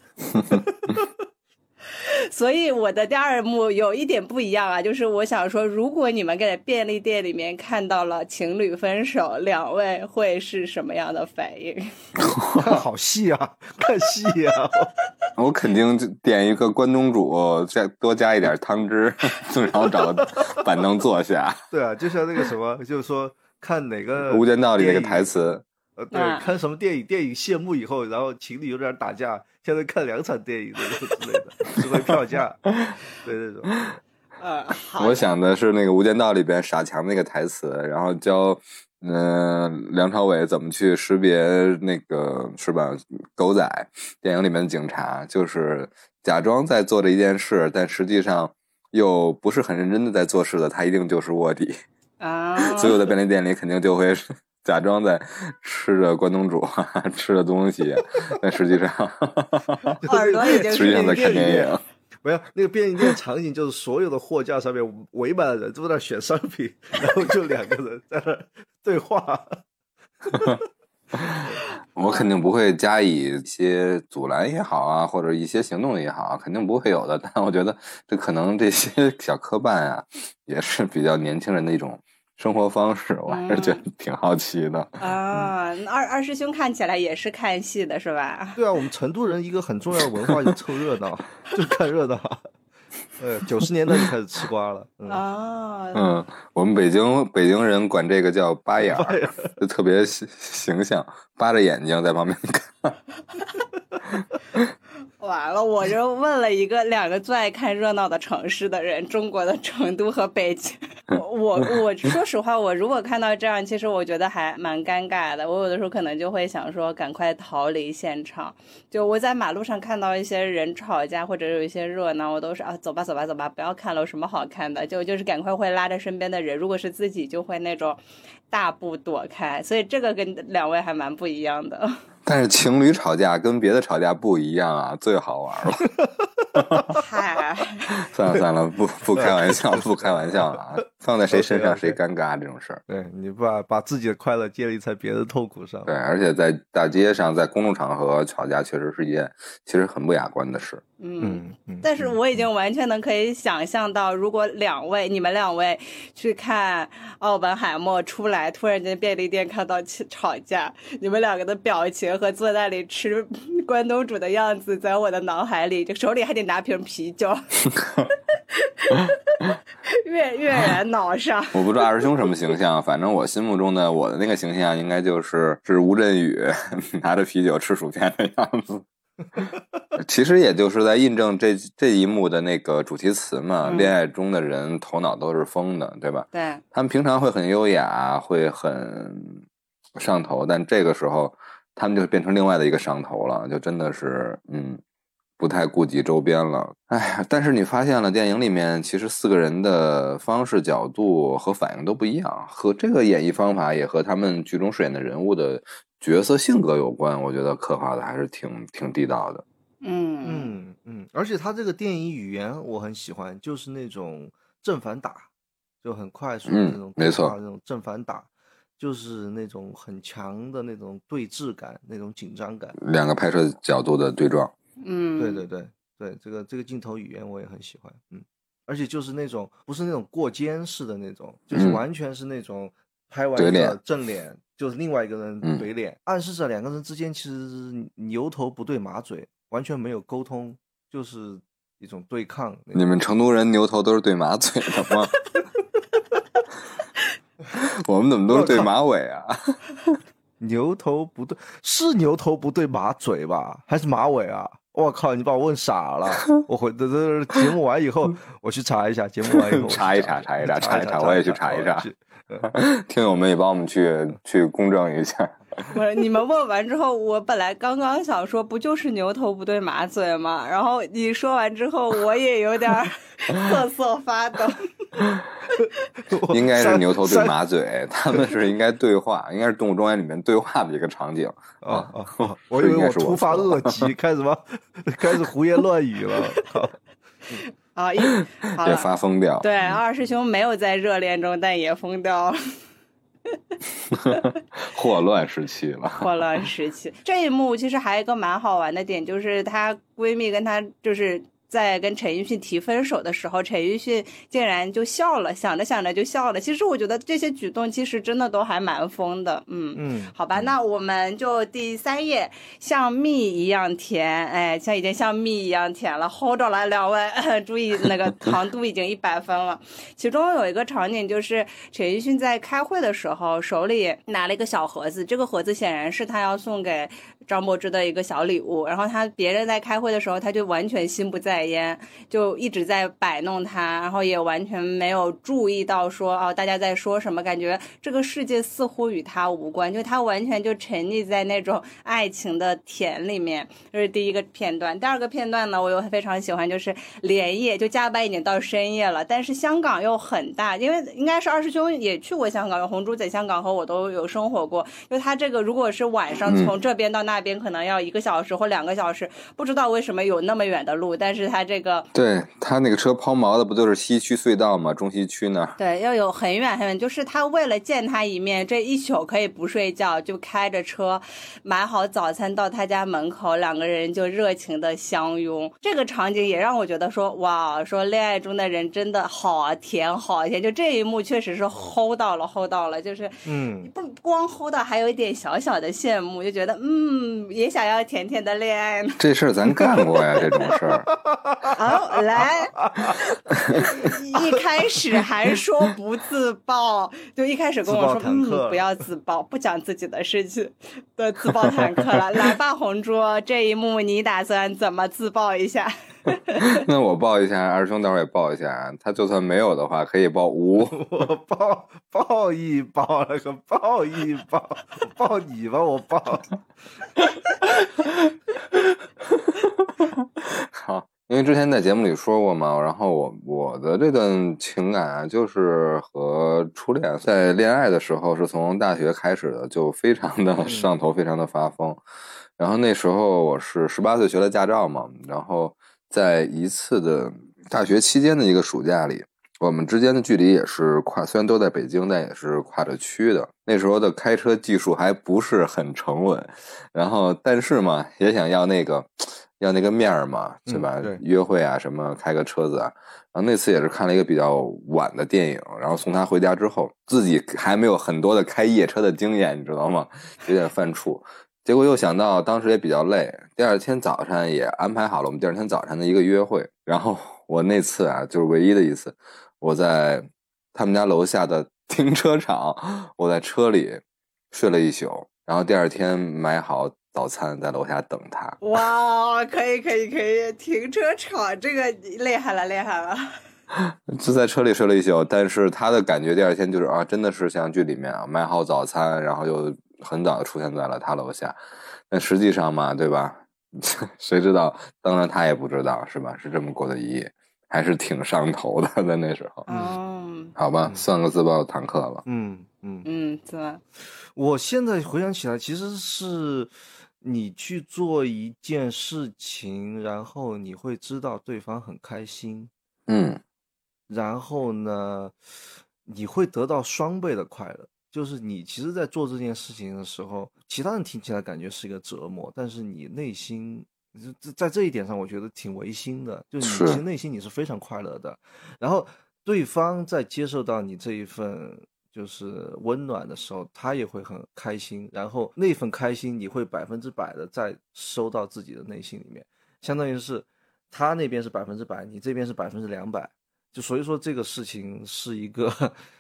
[SPEAKER 1] 所以我的第2幕有一点不一样啊，就是我想说，如果你们在便利店里面看到了情侣分手，2位会是什么样的反应？
[SPEAKER 3] 看好戏啊，看戏啊！
[SPEAKER 2] 我肯定点一个关东煮，再多加一点汤汁，然后找个板凳坐下。
[SPEAKER 3] 对啊，就像那个什么，就是说看哪个
[SPEAKER 2] 《无间道》里那个台词。
[SPEAKER 3] 对，看什么电影谢幕以后，然后情侣有点打架，现在看2场电影之类的，值回票价，对这种。
[SPEAKER 2] 我想的是那个《无间道》里边傻强那个台词，然后教梁朝伟怎么去识别那个是吧狗仔，电影里面的警察就是假装在做着一件事，但实际上又不是很认真的在做事的，他一定就是卧底啊。所有的便利店里肯定就会假装在吃着关东煮吃着东西，但实际上
[SPEAKER 1] 耳朵已经
[SPEAKER 2] 实际上在看电影。
[SPEAKER 3] 没有，那个便利店场景就是所有的货架上面围满了人，都在那选商品，然后就2个人在那对话。
[SPEAKER 2] 我肯定不会加以一些阻拦也好啊，或者一些行动也好，肯定不会有的。但我觉得这可能这些小科办啊，也是比较年轻人的一种生活方式，我还是觉得挺好奇的。
[SPEAKER 1] 二师兄看起来也是看戏的是吧？
[SPEAKER 3] 对啊，我们成都人一个很重要的文化就是凑热闹，就看热闹。 90年代就开始吃瓜了。
[SPEAKER 2] 我们北京人管这个叫八眼儿，就特别形象，扒着眼睛在旁边看。
[SPEAKER 1] 完了，我就问了两个最爱看热闹的城市的人，中国的成都和北京。我说实话，我如果看到这样，其实我觉得还蛮尴尬的。我有的时候可能就会想说，赶快逃离现场。就我在马路上看到一些人吵架，或者有一些热闹，我都是走吧，不要看了，有什么好看的？就是赶快会拉着身边的人，如果是自己就会那种大步躲开。所以这个跟两位还蛮不一样的。
[SPEAKER 2] 但是情侣吵架跟别的吵架不一样啊，最好玩了。
[SPEAKER 1] 嗨，
[SPEAKER 2] 算了，不开玩笑，不开玩笑了啊！放在谁身上谁尴尬这种事儿。
[SPEAKER 3] 对，你把自己的快乐建立在别人的痛苦上。
[SPEAKER 2] 对，而且在大街上，在公众场合吵架，确实是一件其实很不雅观的事。
[SPEAKER 1] 但是我已经完全可以想象到，如果你们两位去看奥本海默出来，突然间便利店看到吵架，你们两个的表情和坐在那里吃关东煮的样子，在我的脑海里，就手里还得拿瓶啤酒，跃然脑上。
[SPEAKER 2] 我不知道二师兄什么形象，反正我心目中的我的那个形象，应该是吴镇宇拿着啤酒吃薯片的样子。其实也就是在印证这一幕的那个主题词嘛，恋爱中的人头脑都是疯的，对吧？
[SPEAKER 1] 对，
[SPEAKER 2] 他们平常会很优雅，会很上头，但这个时候他们就变成另外的一个上头了，就真的是不太顾及周边了。哎呀，但是你发现了电影里面其实4个人的方式角度和反应都不一样，和这个演绎方法也和他们剧中饰演的人物的角色性格有关，我觉得刻画的还是挺地道的。
[SPEAKER 3] 而且他这个电影语言我很喜欢，就是那种正反打，就很快速的那种
[SPEAKER 2] 没错，
[SPEAKER 3] 那种正反打，就是那种很强的那种对峙感，那种紧张感。
[SPEAKER 2] 2个拍摄角度的对撞。
[SPEAKER 3] 对，这个镜头语言我也很喜欢。而且就是那种不是那种过肩式的那种，就是完全是那种拍完一个正脸，就是另外一个人怼脸，暗示着2个人之间其实牛头不对马嘴，完全没有沟通，就是一种对抗。
[SPEAKER 2] 你们成都人牛头都是对马嘴的吗？我们怎么都是对马尾啊？
[SPEAKER 3] 牛头不对，是牛头不对马嘴吧？还是马尾啊？我靠！你把我问傻了。我回这节目完以后，我去查一下。节目完以后
[SPEAKER 2] 查一查，我也去查一查。听友们也帮我们去公证一下。
[SPEAKER 1] 不是，你们问完之后，我本来刚刚想说，不就是牛头不对马嘴吗？然后你说完之后，我也有点瑟瑟发抖。
[SPEAKER 2] 应该是牛头对马嘴，他们是应该对话，应该是动物庄园里面对话的一个场景。
[SPEAKER 3] 我以为我突发恶疾，开始胡言乱语了。
[SPEAKER 2] 也发疯掉。
[SPEAKER 1] 对，二师兄没有在热恋中，但也疯掉了。
[SPEAKER 2] 霍乱时期了。
[SPEAKER 1] 霍乱时期这一幕其实还有一个蛮好玩的点，就是她闺蜜跟她就是在跟陈奕迅提分手的时候，陈奕迅竟然就笑了，想着想着就笑了。其实我觉得这些举动其实真的都还蛮疯的。好吧，那我们就第3页，像蜜一样甜。哎，已经像蜜一样甜了 ，hold 着了2位，注意那个糖度已经100分了。其中有一个场景就是陈奕迅在开会的时候，手里拿了一个小盒子，这个盒子显然是他要送给张柏芝的一个小礼物，然后别人在开会的时候，他就完全心不在焉，就一直在摆弄他，然后也完全没有注意到说大家在说什么，感觉这个世界似乎与他无关，就他完全就沉溺在那种爱情的甜里面。这是第一个片段。第2个片段呢，我又非常喜欢，就是连夜就加班已经到深夜了，但是香港又很大，因为应该是二师兄也去过香港，红猪在香港和我都有生活过，就他这个如果是晚上从这边到那边可能要1个小时或2个小时，不知道为什么有那么远的路，但是他这个
[SPEAKER 2] 对他那个车抛锚的不就是西区隧道吗？中西区呢？
[SPEAKER 1] 对，要有很远很远，就是他为了见他一面，这一宿可以不睡觉，就开着车买好早餐到他家门口，2个人就热情的相拥。这个场景也让我觉得说哇，说恋爱中的人真的好甜好甜，就这一幕确实是 hold 到了，就是不光 hold 到，还有一点小小的羡慕，就觉得也想要甜甜的恋爱呢。
[SPEAKER 2] 这事儿咱干过呀，这种事儿。
[SPEAKER 1] 好，来，一开始还说不自爆，就一开始跟我说，不要自爆，不讲自己的事情的自爆坦克了。来吧，红猪，这一幕你打算怎么自爆一下？
[SPEAKER 2] 那我报一下，二兄待会儿也报一下，他就算没有的话，可以报5。
[SPEAKER 3] 我报一报了个报一报，报你吧，我报。
[SPEAKER 2] 好，因为之前在节目里说过嘛，然后我的这段情感啊，就是和初恋在恋爱的时候是从大学开始的，就非常的上头，非常的发疯。然后那时候我是18岁学了驾照嘛，然后在一次的大学期间的一个暑假里，我们之间的距离也是虽然都在北京，但也是跨着区的。那时候的开车技术还不是很沉稳，然后但是嘛，也想要那个面儿嘛，对吧？约会啊什么，开个车子啊。然后那次也是看了一个比较晚的电影，然后送他回家之后，自己还没有很多的开夜车的经验，你知道吗？有点犯怵。结果又想到当时也比较累，第二天早上也安排好了我们第二天早上的一个约会。然后我那次啊，就是唯一的一次，我在他们家楼下的停车场，我在车里睡了一宿，然后第二天买好早餐在楼下等他。
[SPEAKER 1] 哇，可以，停车场这个厉害了。
[SPEAKER 2] 就在车里睡了一宿，但是他的感觉第二天就是啊，真的是像剧里面啊，买好早餐，然后又很早的出现在了他楼下。但实际上嘛，对吧？谁知道？当然他也不知道，是吧？是这么过的一夜，还是挺上头的，在那时候。好吧，算个自爆坦克了。
[SPEAKER 1] 对。
[SPEAKER 3] 我现在回想起来，其实是你去做一件事情，然后你会知道对方很开心。然后呢，你会得到双倍的快乐。就是你其实在做这件事情的时候，其他人听起来感觉是一个折磨，但是你内心在这一点上我觉得挺违心的，就是你其实内心你是非常快乐的。然后对方在接受到你这一份就是温暖的时候，他也会很开心，然后那份开心你会100%的再收到自己的内心里面，相当于是他那边是100%，你这边是200%，就所以说这个事情是一个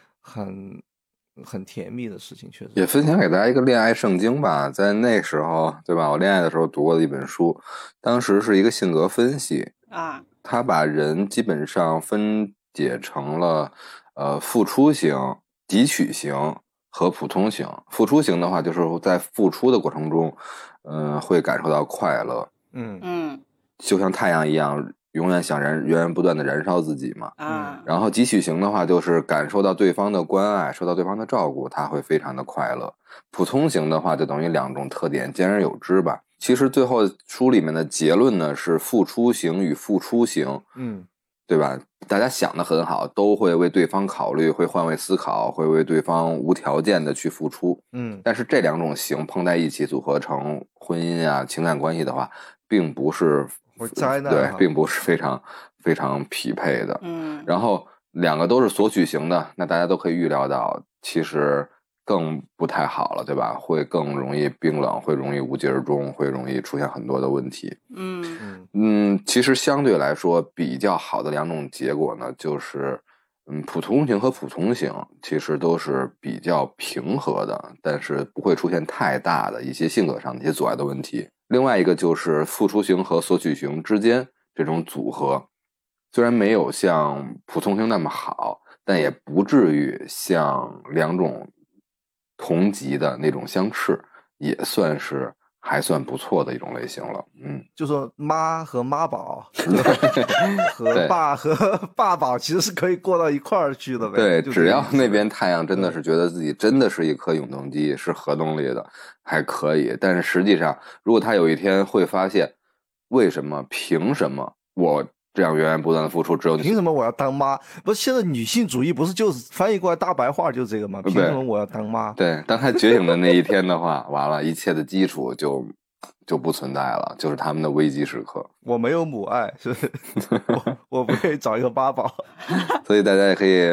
[SPEAKER 3] 很甜蜜的事情。确实
[SPEAKER 2] 也分享给大家一个恋爱圣经吧，在那时候对吧，我恋爱的时候读过的一本书，当时是一个性格分析啊，他把人基本上分解成了付出型、汲取型和普通型。付出型的话，就是在付出的过程中会感受到快乐，就像太阳一样永远想源源不断的燃烧自己嘛。然后汲取型的话，就是感受到对方的关爱，受到对方的照顾，他会非常的快乐。普通型的话，就等于2种特点兼而有之吧。其实最后书里面的结论呢是付出型与付出型，对吧？大家想得很好，都会为对方考虑，会换位思考，会为对方无条件的去付出。但是这2种型碰在一起组合成婚姻啊情感关系的话，并不是
[SPEAKER 3] 灾难，
[SPEAKER 2] 对，并不是非常非常匹配的。然后2个都是索取型的，那大家都可以预料到，其实更不太好了，对吧？会更容易冰冷，会容易无疾而终，会容易出现很多的问题。其实相对来说比较好的2种结果呢，就是普通型和普通型其实都是比较平和的，但是不会出现太大的一些性格上的一些阻碍的问题。另外一个就是付出型和索取型之间这种组合，虽然没有像普通型那么好，但也不至于像2种同级的那种相斥，也算是还算不错的一种类型了。
[SPEAKER 3] 就说妈和妈宝和爸和爸宝其实是可以过到一块儿去的呗。
[SPEAKER 2] 对，只要那边太阳真的是觉得自己真的是一颗永动机，是核动力的，还可以。但是实际上，如果他有一天会发现，为什么凭什么我这样源源不断的付出，只有你
[SPEAKER 3] 凭什么我要当妈？不是现在女性主义不是就是翻译过来大白话就是这个吗？凭什么我要当妈？
[SPEAKER 2] 对，当他觉醒的那一天的话，完了，一切的基础就不存在了，就是他们的危机时刻。
[SPEAKER 3] 我没有母爱，是我不可以找一个妈宝。
[SPEAKER 2] 所以大家也可以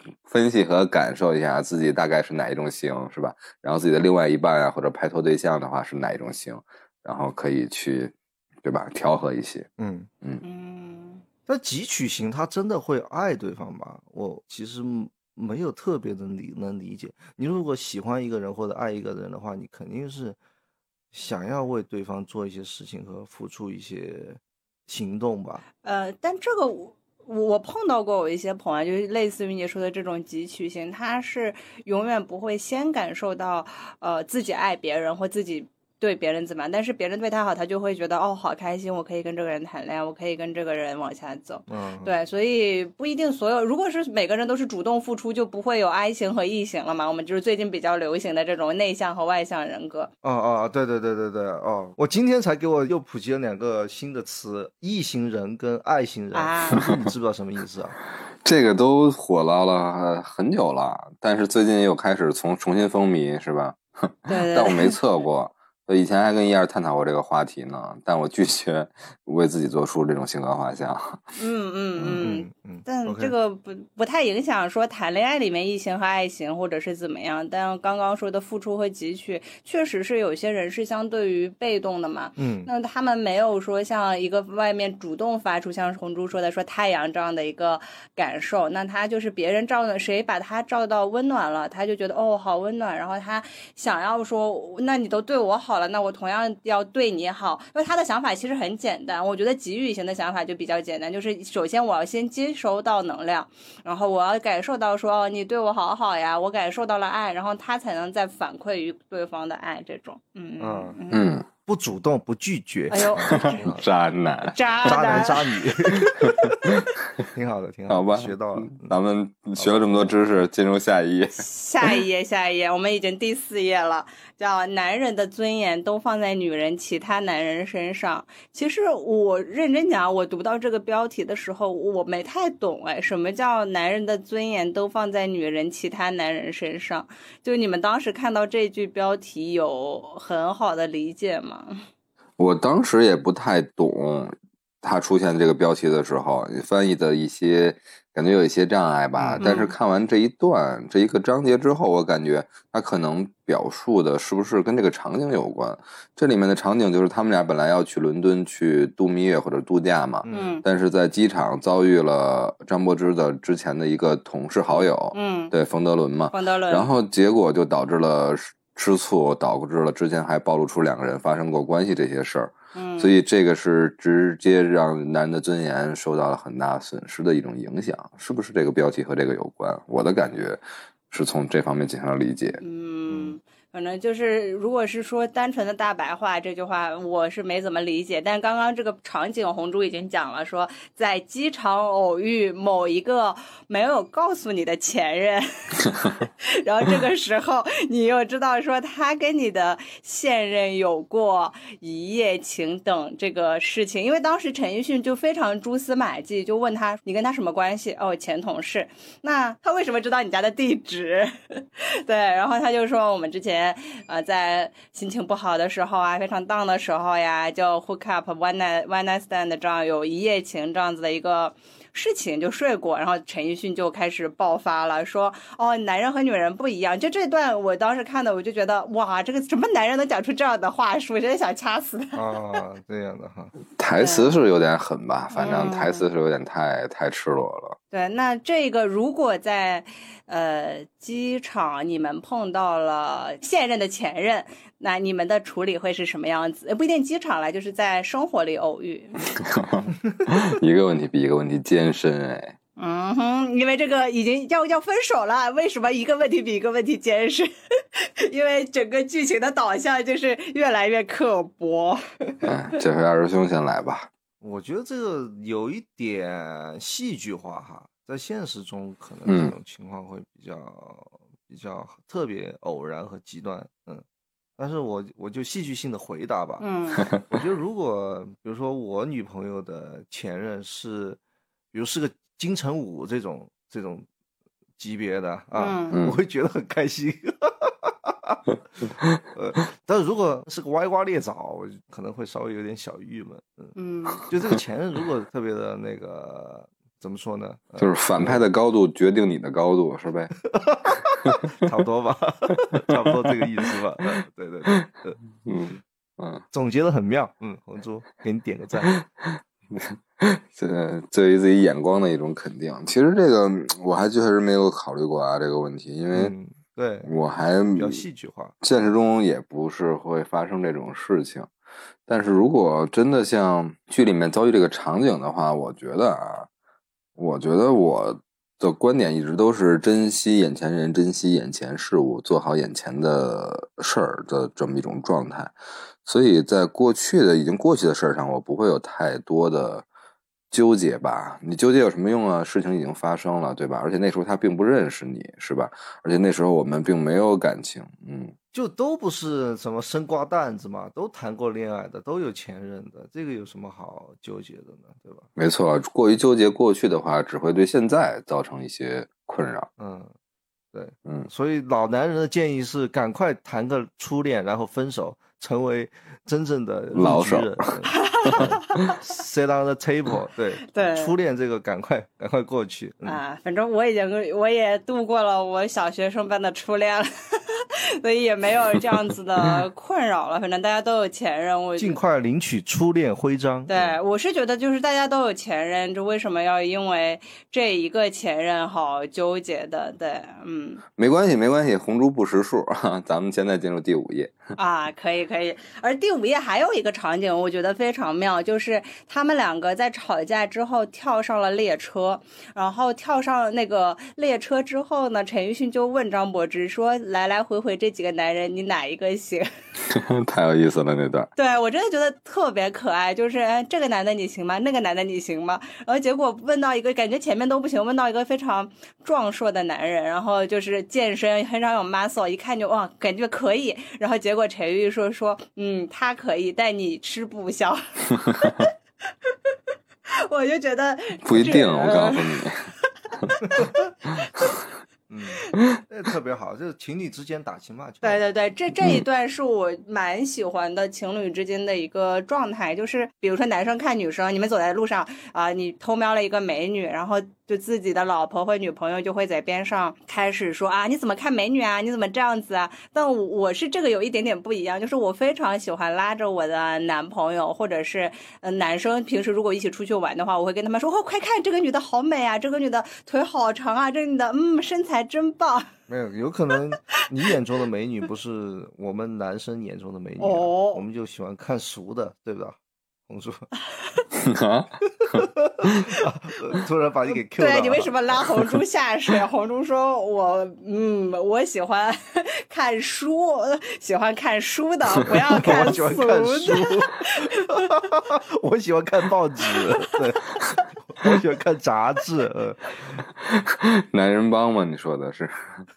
[SPEAKER 2] 分析和感受一下自己大概是哪一种型，是吧？然后自己的另外一半啊，或者拍拖对象的话是哪一种型，然后可以去，对吧？调和一些。
[SPEAKER 3] 但汲取型他真的会爱对方吗？我其实没有特别的能理解。你如果喜欢一个人或者爱一个人的话，你肯定是想要为对方做一些事情和付出一些行动吧。
[SPEAKER 1] 但这个我碰到过我一些朋友，就是类似于你说的这种汲取型，他是永远不会先感受到自己爱别人或自己对别人怎么样，但是别人对他好，他就会觉得哦好开心，我可以跟这个人谈恋爱，我可以跟这个人往下走。对，所以不一定所有，如果是每个人都是主动付出，就不会有 I 型和 E 型了嘛。我们就是最近比较流行的这种内向和外向人格。
[SPEAKER 3] 对，我今天才给我又普及了2个新的词，E 型人跟 I 型人，你知不知道什么意思啊？
[SPEAKER 2] 这个都火到了很久了，但是最近又开始重新风靡，是吧？
[SPEAKER 1] 对，
[SPEAKER 2] 但我没测过。我以前还跟1·2探讨过这个话题呢，但我拒绝为自己做出这种性格画像。
[SPEAKER 1] 但这个不太影响说谈恋爱里面异型和爱型或者是怎么样。但刚刚说的付出和汲取，确实是有些人是相对于被动的嘛。那他们没有说像一个外面主动发出像红珠说的说太阳这样的一个感受，那他就是别人照的，谁把他照到温暖了，他就觉得哦好温暖，然后他想要说那你都对我好了，那我同样要对你好。因为他的想法其实很简单，我觉得给予型的想法就比较简单，就是首先我要先接收到能量，然后我要感受到说你对我好好呀，我感受到了爱，然后他才能再反馈于对方的爱，这种
[SPEAKER 3] 不主动不拒绝。
[SPEAKER 1] 哎呦
[SPEAKER 2] 渣男
[SPEAKER 3] 渣男渣女挺好的挺好的，
[SPEAKER 2] 好吧，
[SPEAKER 3] 学到了。
[SPEAKER 2] 咱们学了这么多知识，进入下一页。
[SPEAKER 1] 下一页我们已经第4页了，叫男人的尊严都放在女人其他男人身上。其实我认真讲，我读到这个标题的时候我没太懂什么叫男人的尊严都放在女人其他男人身上。就你们当时看到这句标题有很好的理解吗？
[SPEAKER 2] 我当时也不太懂他出现这个标题的时候，翻译的一些感觉有一些障碍吧。但是看完这一个章节之后，我感觉他可能表述的是不是跟这个场景有关。这里面的场景就是他们俩本来要去伦敦去度蜜月或者度假嘛，但是在机场遭遇了张柏芝的之前的一个同事好友，对，冯德伦嘛，然后结果就导致了吃醋，导致了之前还暴露出2个人发生过关系这些事儿。所以这个是直接让男人的尊严受到了很大损失的一种影响，是不是这个标题和这个有关？我的感觉是从这方面进行了理解。
[SPEAKER 1] 反正就是如果是说单纯的大白话，这句话我是没怎么理解。但刚刚这个场景红珠已经讲了，说在机场偶遇某一个没有告诉你的前任然后这个时候你又知道说他跟你的现任有过一夜情等这个事情。因为当时陈奕迅就非常蛛丝马迹，就问他你跟他什么关系，前同事。那他为什么知道你家的地址对，然后他就说我们之前在心情不好的时候啊，非常 down 的时候呀，就 hook up one night stand 这样有一夜情这样子的一个事情就睡过。然后陈奕迅就开始爆发了，说男人和女人不一样。就这段我当时看的我就觉得哇，这个什么男人能讲出这样的话术，真的想掐死他
[SPEAKER 3] 这样的哈。
[SPEAKER 2] 台词是有点狠吧，反正台词是有点太赤裸了。
[SPEAKER 1] 对，那这个如果在机场你们碰到了现任的前任，那你们的处理会是什么样子？不一定机场了，就是在生活里偶遇
[SPEAKER 2] 一个问题比一个问题艰深
[SPEAKER 1] 因为这个已经要分手了，为什么一个问题比一个问题艰深？因为整个剧情的导向就是越来越刻薄。
[SPEAKER 2] 这回二师兄先来吧。
[SPEAKER 3] 我觉得这个有一点戏剧化哈，在现实中可能这种情况会比较特别偶然和极端，但是我就戏剧性的回答吧。我觉得如果比如说我女朋友的前任是，比如是个金城武这种级别的我会觉得很开心。但是如果是个歪瓜裂枣，我可能会稍微有点小郁闷。就这个前任如果特别的那个怎么说呢？
[SPEAKER 2] 就是反派的高度决定你的高度，是呗？
[SPEAKER 3] 差不多吧，差不多这个意思吧。对对对，总结的很妙。红猪给你点个赞。
[SPEAKER 2] 这对于自己眼光的一种肯定。其实这个我还确实没有考虑过啊，这个问题，因为
[SPEAKER 3] 对
[SPEAKER 2] 我还
[SPEAKER 3] 比较戏剧化，
[SPEAKER 2] 现实中也不是会发生这种事情。但是如果真的像剧里面遭遇这个场景的话，我觉得我的观点一直都是珍惜眼前人，珍惜眼前事物，做好眼前的事儿的这么一种状态。所以在已经过去的事儿上，我不会有太多的纠结吧。你纠结有什么用啊？事情已经发生了，对吧？而且那时候他并不认识你，是吧？而且那时候我们并没有感情，
[SPEAKER 3] 就都不是什么生瓜蛋子嘛，都谈过恋爱的，都有前任的，这个有什么好纠结的呢？对吧？
[SPEAKER 2] 没错，过于纠结过去的话，只会对现在造成一些困扰。
[SPEAKER 3] 对，所以老男人的建议是赶快谈个初恋，然后分手，成为真正的
[SPEAKER 2] 老手。
[SPEAKER 3] Sit on the table， 对，初恋这个赶快过去
[SPEAKER 1] 反正我也度过了我小学生般的初恋了。所以也没有这样子的困扰了，反正大家都有前任，我
[SPEAKER 3] 尽快领取初恋徽章。
[SPEAKER 1] 对，我是觉得就是大家都有前任，就为什么要因为这一个前任好纠结的？对，
[SPEAKER 2] 没关系，红猪不识数啊。咱们现在进入第5页
[SPEAKER 1] 啊，可以。而第5页还有一个场景，我觉得非常妙，就是他们两个在吵架之后跳上了列车，然后跳上那个列车之后呢，陈奕迅就问张柏芝说：“来来回回这几个男人，你哪一个行？”
[SPEAKER 2] 太有意思了那段。
[SPEAKER 1] 对，我真的觉得特别可爱，就是这个男的你行吗？那个男的你行吗？然后结果问到一个感觉前面都不行，问到一个非常壮硕的男人，然后就是健身很少有 muscle， 一看就哇感觉可以，然后结果陈玉说他可以，但你吃不消。我就觉得
[SPEAKER 2] 不一定，我告诉你。
[SPEAKER 3] 特别好，就是情侣之间打情骂俏。
[SPEAKER 1] 对，这一段是我蛮喜欢的情侣之间的一个状态，就是比如说男生看女生，你们走在路上你偷瞄了一个美女，然后就自己的老婆或女朋友就会在边上开始说你怎么看美女啊，你怎么这样子啊？但我是这个有一点点不一样，就是我非常喜欢拉着我的男朋友或者是男生，平时如果一起出去玩的话，我会跟他们说快看这个女的好美啊，这个女的腿好长啊，这个女的身材真棒。
[SPEAKER 3] 没有可能你眼中的美女不是我们男生眼中的美女我们就喜欢看熟的，对不对？红叔突然把你给 Q 到了。
[SPEAKER 1] 对，你为什么拉红猪下水？红猪说我喜欢看书，喜欢看书的，不要看俗的。
[SPEAKER 3] 我喜欢看报纸，对，我喜欢看杂志。
[SPEAKER 2] 男人帮吗？你说的是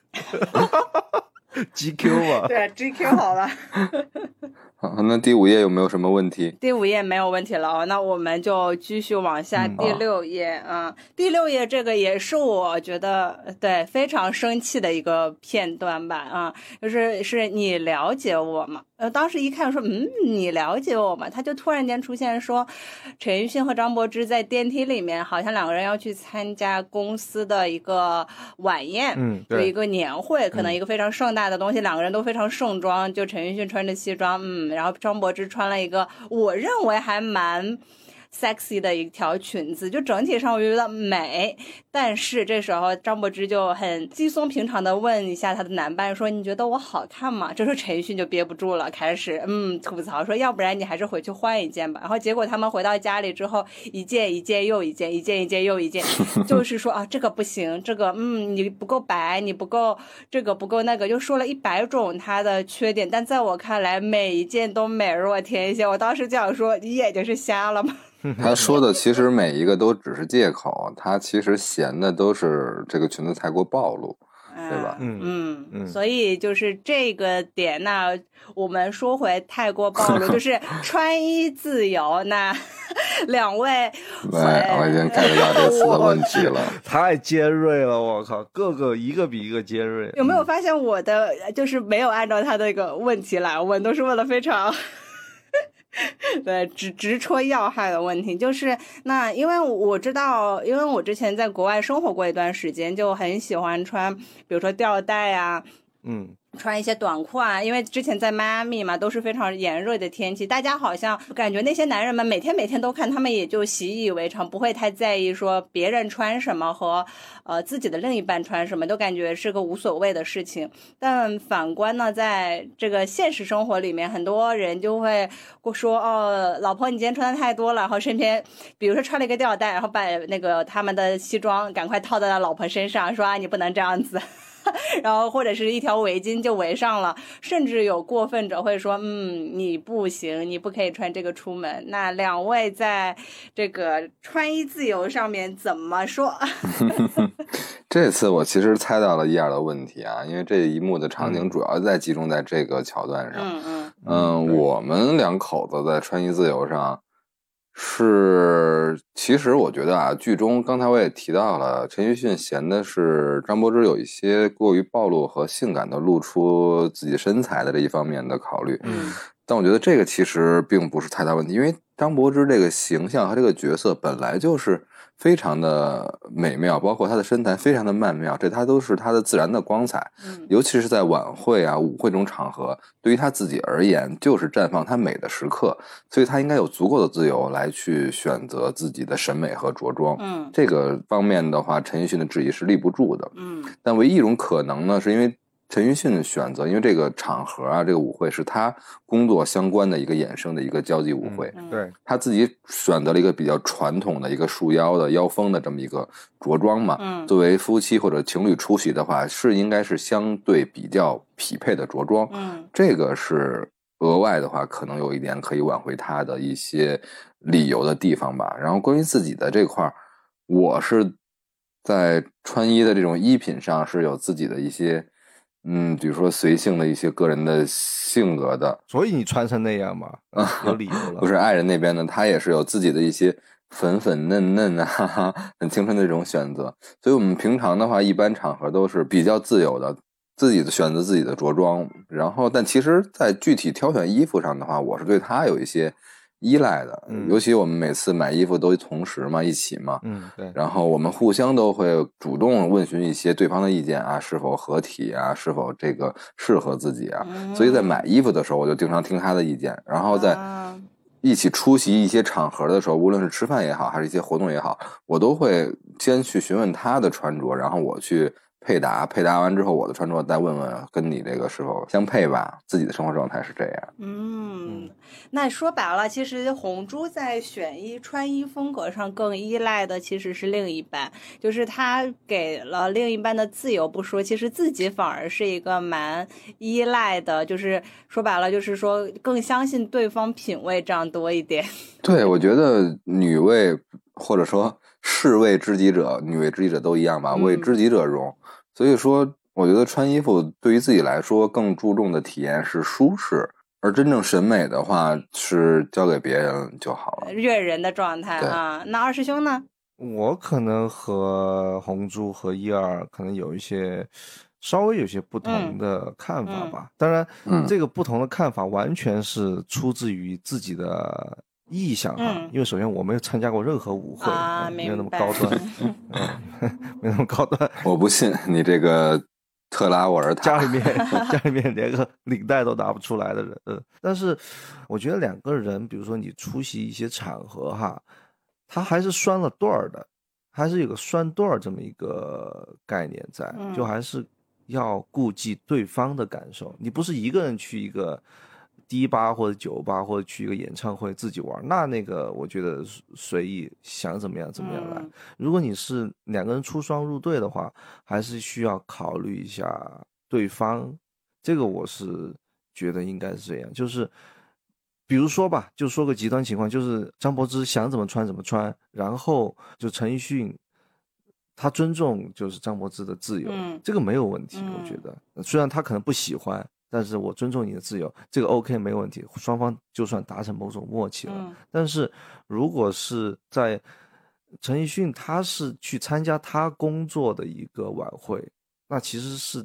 [SPEAKER 3] GQ 嘛？
[SPEAKER 1] 对，GQ 好了。
[SPEAKER 2] 好，那第5页有没有什么问题？
[SPEAKER 1] 第5页没有问题了，那我们就继续往下。第6页第6页这个也是我觉得对非常生气的一个片段吧就是你了解我吗？当时一看说你了解我吗？他就突然间出现说陈奕迅和张柏芝在电梯里面，好像2个人要去参加公司的一个晚宴，就一个年会，可能一个非常盛大的东西，2个人都非常盛装，就陈奕迅穿着西装然后张柏芝穿了一个我认为还蛮sexy 的一条裙子，就整体上我觉得美，但是这时候张柏芝就很稀松平常的问一下他的男伴说你觉得我好看吗？这时候陈奕迅就憋不住了，开始吐槽说要不然你还是回去换一件吧。然后结果他们回到家里之后，一件又一件，一件又一件，就是说这个不行，这个你不够白，你不够这个不够那个，就说了100种他的缺点，但在我看来每一件都美若天仙。我当时就想说你眼睛是瞎了吗？
[SPEAKER 2] 他说的其实每一个都只是借口，他其实嫌的都是这个裙子太过暴露，对吧？
[SPEAKER 1] 所以就是这个点呢，我们说回太过暴露，就是穿衣自由。那2位，
[SPEAKER 2] 我已经 get 到这次的问题了，
[SPEAKER 3] 太尖锐了，我靠，个个一个比一个尖锐。
[SPEAKER 1] 有没有发现我的就是没有按照他那个问题来问，都是问了非常对，直戳要害的问题就是那，因为我知道，因为我之前在国外生活过一段时间，就很喜欢穿，比如说吊带啊，穿一些短裤啊，因为之前在迈阿密嘛，都是非常炎热的天气，大家好像感觉那些男人们每天都看，他们也就习以为常，不会太在意说别人穿什么和自己的另一半穿什么，都感觉是个无所谓的事情。但反观呢，在这个现实生活里面，很多人就会说老婆你今天穿的太多了，然后身边比如说穿了一个吊带，然后把那个他们的西装赶快套在了老婆身上，说你不能这样子。然后或者是一条围巾就围上了，甚至有过分者会说你不行，你不可以穿这个出门。那两位在这个穿衣自由上面怎么说？
[SPEAKER 2] 这次我其实猜到了一二的问题啊，因为这一幕的场景主要集中在这个桥段上。我们两口子在穿衣自由上其实我觉得啊，剧中刚才我也提到了，陈奕迅嫌的是张柏芝有一些过于暴露和性感的露出自己身材的这一方面的考虑。但我觉得这个其实并不是太大问题，因为张柏芝这个形象和这个角色本来就是非常的美妙，包括她的身材非常的曼妙，它都是她的自然的光彩。尤其是在晚会啊、舞会这种场合，对于她自己而言就是绽放她美的时刻，所以她应该有足够的自由来去选择自己的审美和着装。这个方面的话，陈奕迅的质疑是立不住的。但唯一一种可能呢，是因为陈奕迅的选择，因为这个场合啊，这个舞会是他工作相关的一个衍生的一个交际舞会，
[SPEAKER 3] 对，
[SPEAKER 2] 他自己选择了一个比较传统的一个束腰的腰封的这么一个着装嘛，作为夫妻或者情侣出席的话，应该是相对比较匹配的着装，这个是额外的话可能有一点可以挽回他的一些理由的地方吧。然后关于自己的这块，我是在穿衣的这种衣品上是有自己的一些比如说随性的一些个人的性格的。
[SPEAKER 3] 所以你穿成那样嘛，有理由了。
[SPEAKER 2] 不是爱人那边呢，他也是有自己的一些粉粉嫩嫩啊，很青春的这种选择。所以我们平常的话，一般场合都是比较自由的，自己的选择自己的着装。然后，但其实在具体挑选衣服上的话，我是对他有一些依赖的，尤其我们每次买衣服都同时嘛，一起嘛，
[SPEAKER 3] 对，
[SPEAKER 2] 然后我们互相都会主动问询一些对方的意见啊，是否合体啊，是否这个适合自己啊，所以在买衣服的时候，我就经常听他的意见，然后在一起出席一些场合的时候，无论是吃饭也好，还是一些活动也好，我都会先去询问他的穿着，然后我去配搭完之后，我的穿着再问问跟你这个是否相配吧。自己的生活状态是这样。
[SPEAKER 1] 那说白了，其实红珠在穿衣风格上更依赖的其实是另一半，就是他给了另一半的自由不说，其实自己反而是一个蛮依赖的，就是说白了就是说更相信对方品味这样多一点。
[SPEAKER 2] 对，我觉得女为或者说士为知己者，女为知己者都一样吧，为知己者容。所以说我觉得穿衣服对于自己来说更注重的体验是舒适，而真正审美的话是交给别人就好了，
[SPEAKER 1] 阅人的状态啊。那二师兄呢？
[SPEAKER 3] 我可能和红珠和一二可能稍微有些不同的看法吧。当然，这个不同的看法完全是出自于自己的意向因为首先我没有参加过任何舞会，没有那么高端，没那么高端。
[SPEAKER 2] 我不信你这个特拉沃尔塔
[SPEAKER 3] 家里面连个领带都拿不出来的人。但是我觉得两个人，比如说你出席一些场合他还是拴了对儿的，还是有个拴对儿这么一个概念在，就还是要顾及对方的感受。你不是一个人去一个迪吧或者酒吧或者去一个演唱会自己玩，那个我觉得随意想怎么样来。如果你是两个人出双入对的话，还是需要考虑一下对方。这个我是觉得应该是这样，就是比如说吧，就说个极端情况，就是张柏芝想怎么穿怎么穿，然后就陈奕迅他尊重就是张柏芝的自由，这个没有问题。我觉得虽然他可能不喜欢，但是我尊重你的自由，这个 OK 没问题，双方就算达成某种默契了。但是如果是在陈奕迅他是去参加他工作的一个晚会，那其实是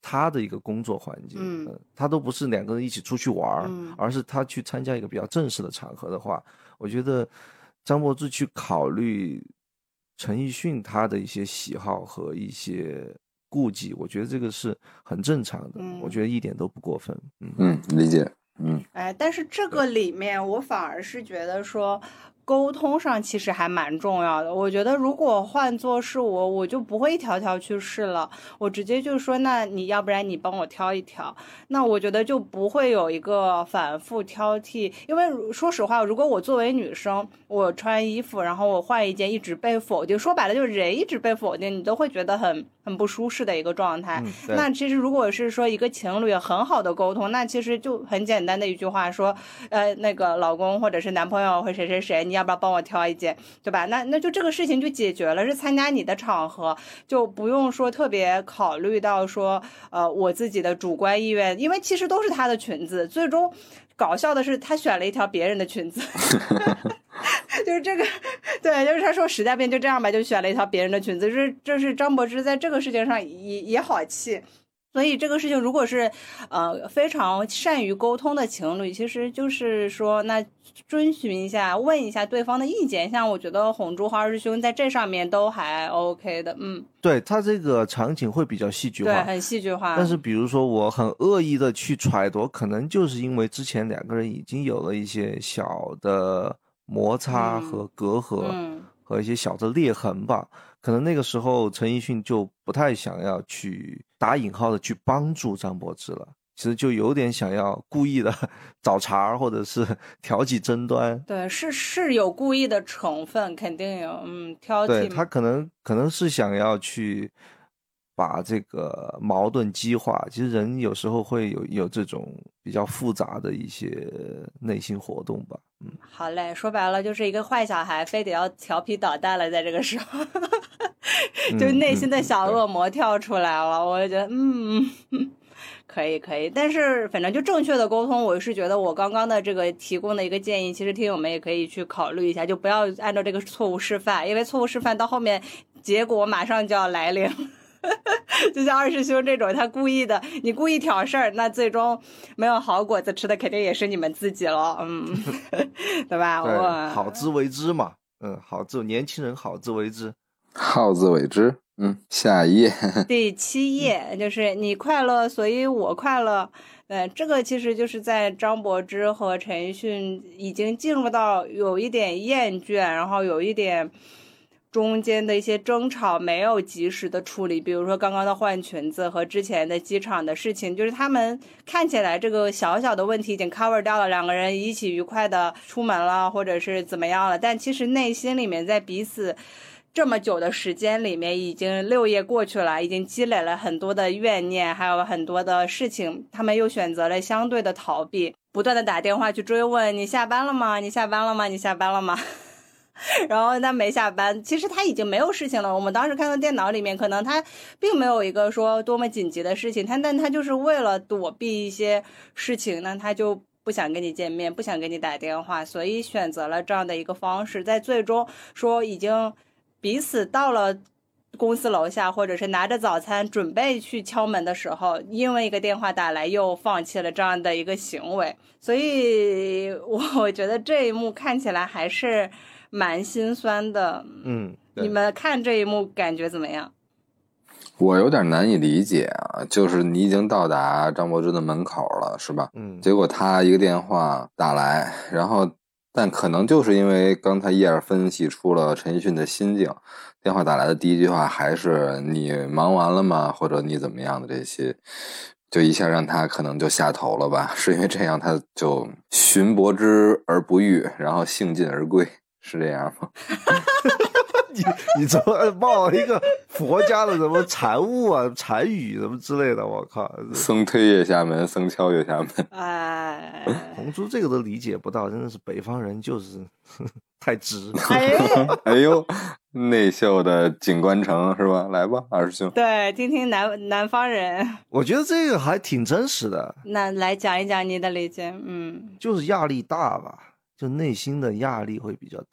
[SPEAKER 3] 他的一个工作环境，他都不是两个人一起出去玩，而是他去参加一个比较正式的场合的话，我觉得张柏芝去考虑陈奕迅他的一些喜好和一些顾忌，我觉得这个是很正常的，我觉得一点都不过分。
[SPEAKER 2] 理解。
[SPEAKER 1] 但是这个里面我反而是觉得说沟通上其实还蛮重要的。我觉得如果换作是我就不会一条条去试了，我直接就说那你要不然你帮我挑一挑，那我觉得就不会有一个反复挑剔。因为说实话，如果我作为女生，我穿衣服然后我换一件一直被否定，说白了就是人一直被否定，你都会觉得很不舒适的一个状态。那其实如果是说一个情侣很好的沟通，那其实就很简单的一句话说那个老公或者是男朋友或谁谁谁，你要不要帮我挑一件，对吧？那就这个事情就解决了，是参加你的场合，就不用说特别考虑到说我自己的主观意愿，因为其实都是他的裙子，最终搞笑的是他选了一条别人的裙子就是这个，对，就是他说实在变就这样吧，就选了一条别人的裙子，这是张柏芝在这个事情上也好气。所以这个事情如果是非常善于沟通的情侣，其实就是说那遵循一下，问一下对方的意见。像我觉得红珠和二师兄在这上面都还 OK 的。
[SPEAKER 3] 对，他这个场景会比较戏剧化，
[SPEAKER 1] 对，很戏剧化。
[SPEAKER 3] 但是比如说我很恶意的去揣度，可能就是因为之前两个人已经有了一些小的摩擦和隔阂，和一些小的裂痕吧。可能那个时候陈奕迅就不太想要去打引号的去帮助张柏芝了，其实就有点想要故意的找茬或者是挑起争端。
[SPEAKER 1] 对，是有故意的成分，肯定有挑剔。
[SPEAKER 3] 对，他可能是想要去把这个矛盾激化。其实人有时候会有这种比较复杂的一些内心活动吧。
[SPEAKER 1] 好嘞，说白了就是一个坏小孩非得要调皮捣蛋了，在这个时候就内心的小恶魔跳出来了。我就觉得可以，但是反正就正确的沟通，我是觉得我刚刚的这个提供的一个建议，其实听友们也可以去考虑一下，就不要按照这个错误示范，因为错误示范到后面结果马上就要来临就像二师兄这种，他故意的，你故意挑事儿，那最终没有好果子吃的肯定也是你们自己了，对吧？
[SPEAKER 3] 对，好自为之嘛，年轻人好自为之，
[SPEAKER 2] 好自为之。下一页
[SPEAKER 1] 第7页就是你快乐所以我快乐。这个其实就是在张柏芝和陈奕迅已经进入到有一点厌倦，然后有一点中间的一些争吵没有及时的处理，比如说刚刚的换裙子和之前的机场的事情，就是他们看起来这个小小的问题已经 cover 掉了，两个人一起愉快的出门了或者是怎么样了，但其实内心里面在彼此这么久的时间里面，已经6页过去了，已经积累了很多的怨念，还有很多的事情，他们又选择了相对的逃避，不断的打电话去追问你下班了吗？你下班了吗？你下班了吗？然后他没下班，其实他已经没有事情了。我们当时看到电脑里面，可能他并没有一个说多么紧急的事情，但他就是为了躲避一些事情呢，他就不想跟你见面，不想跟你打电话，所以选择了这样的一个方式，在最终说已经彼此到了公司楼下，或者是拿着早餐准备去敲门的时候，因为一个电话打来又放弃了这样的一个行为。所以我觉得这一幕看起来还是蛮心酸的。你们看这一幕感觉怎么样？
[SPEAKER 2] 我有点难以理解啊，就是你已经到达张柏芝的门口了，是吧？结果他一个电话打来，然后但可能就是因为刚才叶儿分析出了陈奕迅的心境，电话打来的第一句话还是你忙完了吗？或者你怎么样的这些，就一下让他可能就下头了吧？是因为这样他就寻柏芝而不遇，然后兴尽而归，是这样吗？
[SPEAKER 3] 你怎么冒一个佛家的什么禅悟啊、禅语什么之类的？我靠！
[SPEAKER 2] 僧推月下门，僧敲月下门。
[SPEAKER 3] 红珠这个都理解不到，真的是北方人就是太直。
[SPEAKER 2] 哎呦，内秀的景观城是吧？来吧，二师兄。
[SPEAKER 1] 对，听听南方人。
[SPEAKER 3] 我觉得这个还挺真实的。
[SPEAKER 1] 那来讲一讲你的理解。
[SPEAKER 3] 就是压力大吧，就内心的压力会比较大。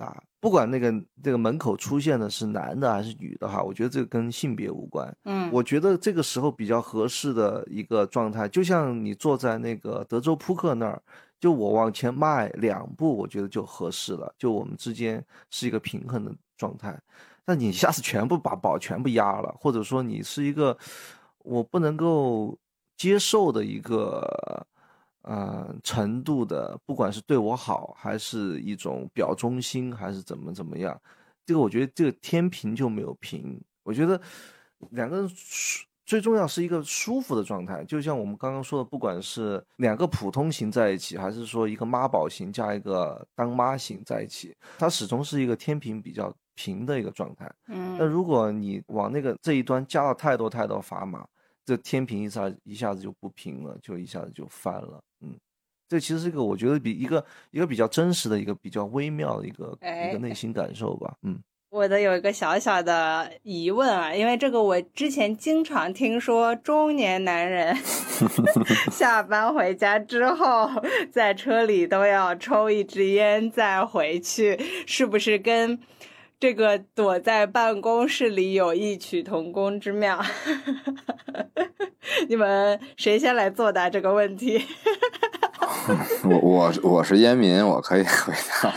[SPEAKER 3] 不管这个门口出现的是男的还是女的哈，我觉得这个跟性别无关。我觉得这个时候比较合适的一个状态，就像你坐在那个德州扑克那儿，就我往前迈2步，我觉得就合适了，就我们之间是一个平衡的状态。但你一下子全部把宝全部压了，或者说你是一个我不能够接受的一个程度的，不管是对我好还是一种表忠心还是怎么样，这个我觉得这个天平就没有平。我觉得两个人最重要是一个舒服的状态，就像我们刚刚说的，不管是2个普通型在一起，还是说一个妈宝型加一个当妈型在一起，它始终是一个天平比较平的一个状态。那如果你往这一端加了太多砝码，这天平一下子就不平了，就一下子就翻了。这其实是一个我觉得一个比较真实的一个比较微妙的一个内心感受吧。
[SPEAKER 1] 我的有一个小小的疑问啊，因为这个我之前经常听说中年男人下班回家之后在车里都要抽一支烟再回去，是不是跟这个躲在办公室里有异曲同工之妙？你们谁先来作答这个问题？
[SPEAKER 2] 我是烟民，我可以回答。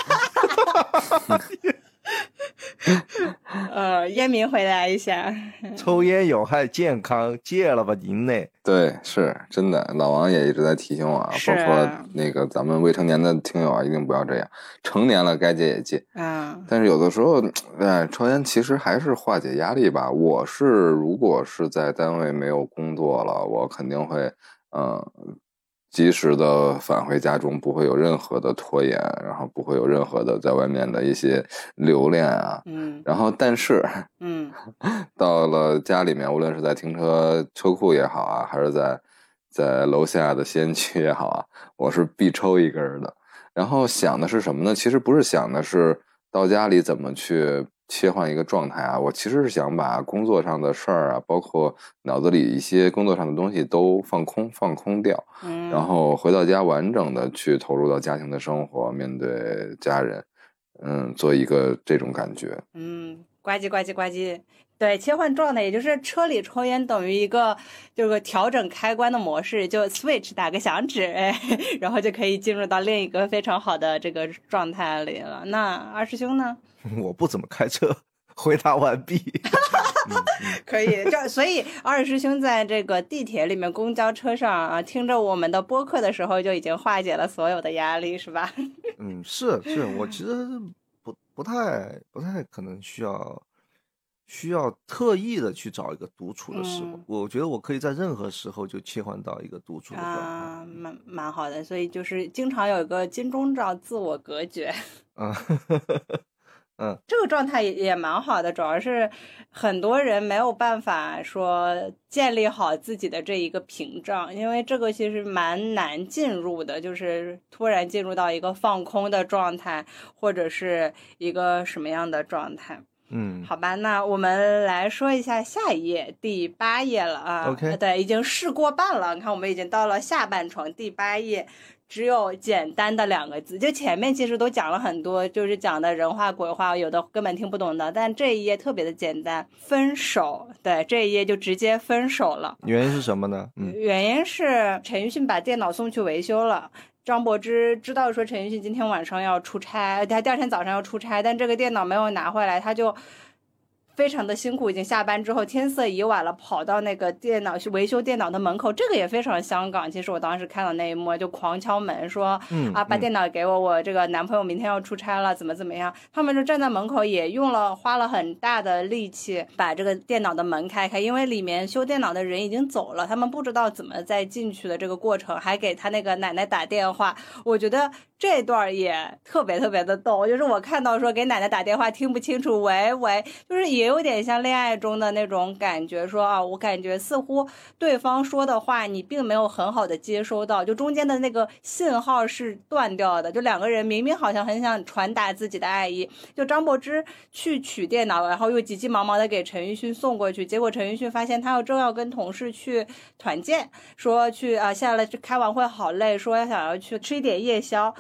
[SPEAKER 1] 烟民回答一下。
[SPEAKER 3] 抽烟有害健康，戒了吧您呢？
[SPEAKER 2] 对，是真的，老王也一直在提醒我啊，包括那个咱们未成年的听友啊，一定不要这样，成年了该戒也戒。但是有的时候抽烟其实还是化解压力吧。如果是在单位没有工作了，我肯定会及时的返回家中，不会有任何的拖延，然后不会有任何的在外面的一些留恋啊。然后但是到了家里面，无论是在停车库也好啊，还是在楼下的吸烟区也好啊，我是必抽一根的。然后想的是什么呢？其实不是想的是到家里怎么去切换一个状态啊，我其实是想把工作上的事儿啊，包括脑子里一些工作上的东西都放空掉，然后回到家完整的去投入到家庭的生活，面对家人，做一个这种感觉。
[SPEAKER 1] 呱唧呱唧呱唧。对，切换状态，也就是车里抽烟等于一个就是调整开关的模式，就 switch 打个响指，然后就可以进入到另一个非常好的这个状态里了。那二师兄呢？
[SPEAKER 3] 我不怎么开车。回答完毕。
[SPEAKER 1] 可以，所以二师兄在这个地铁里面、公交车上啊，听着我们的播客的时候，就已经化解了所有的压力，是吧？
[SPEAKER 3] 是，我其实不太可能需要特意的去找一个独处的时候，我觉得我可以在任何时候就切换到一个独处的状态，
[SPEAKER 1] 蛮好的。所以就是经常有一个金钟罩，自我隔绝。这个状态也蛮好的，主要是很多人没有办法说建立好自己的这一个屏障，因为这个其实蛮难进入的，就是突然进入到一个放空的状态，或者是一个什么样的状态。好吧，那我们来说一下下一页，第8页了啊。
[SPEAKER 3] OK，
[SPEAKER 1] 对，已经试过半了。你看，我们已经到了下半程第8页，只有简单的2个字。就前面其实都讲了很多，就是讲的人话鬼话，有的根本听不懂的。但这一页特别的简单，分手。对，这一页就直接分手了。
[SPEAKER 3] 原因是什么呢？
[SPEAKER 1] 原因是陈奕迅把电脑送去维修了。张柏芝知道说陈奕迅今天晚上要出差，他第2天早上要出差，但这个电脑没有拿回来，他就非常的辛苦，已经下班之后天色已晚了，跑到那个电脑去维修电脑的门口，这个也非常香港。其实我当时看到那一幕就狂敲门说把电脑给我，我这个男朋友明天要出差了，怎么样。他们就站在门口也花了很大的力气把这个电脑的门开，因为里面修电脑的人已经走了，他们不知道怎么再进去的这个过程，还给他那个奶奶打电话。我觉得这段也特别特别的逗，就是我看到说给奶奶打电话听不清楚，喂，就是也有点像恋爱中的那种感觉，说我感觉似乎对方说的话你并没有很好的接收到，就中间的那个信号是断掉的，就2个人明明好像很想传达自己的爱意，就张柏芝去取电脑，然后又急急忙忙的给陈奕迅送过去，结果陈奕迅发现他正要跟同事去团建，说去下来开完会好累，说想要去吃一点夜宵，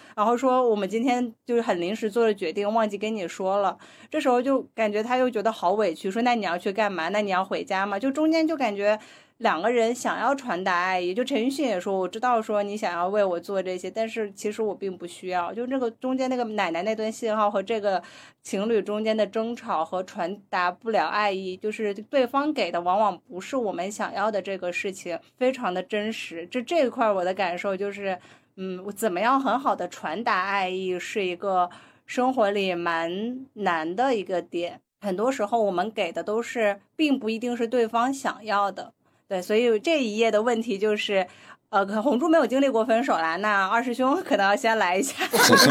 [SPEAKER 1] 然后说我们今天就是很临时做的决定，忘记跟你说了。这时候就感觉他又觉得好委屈，说那你要去干嘛？那你要回家吗？就中间就感觉两个人想要传达爱意，就陈奕迅也说我知道说你想要为我做这些，但是其实我并不需要。就这个中间那个奶奶那段信号和这个情侣中间的争吵和传达不了爱意，就是对方给的往往不是我们想要的这个事情，非常的真实。这一块我的感受就是我怎么样很好的传达爱意是一个生活里蛮难的一个点，很多时候我们给的都是并不一定是对方想要的。对，所以这一页的问题就是，红猪没有经历过分手啦，那二师兄可能要先来一下。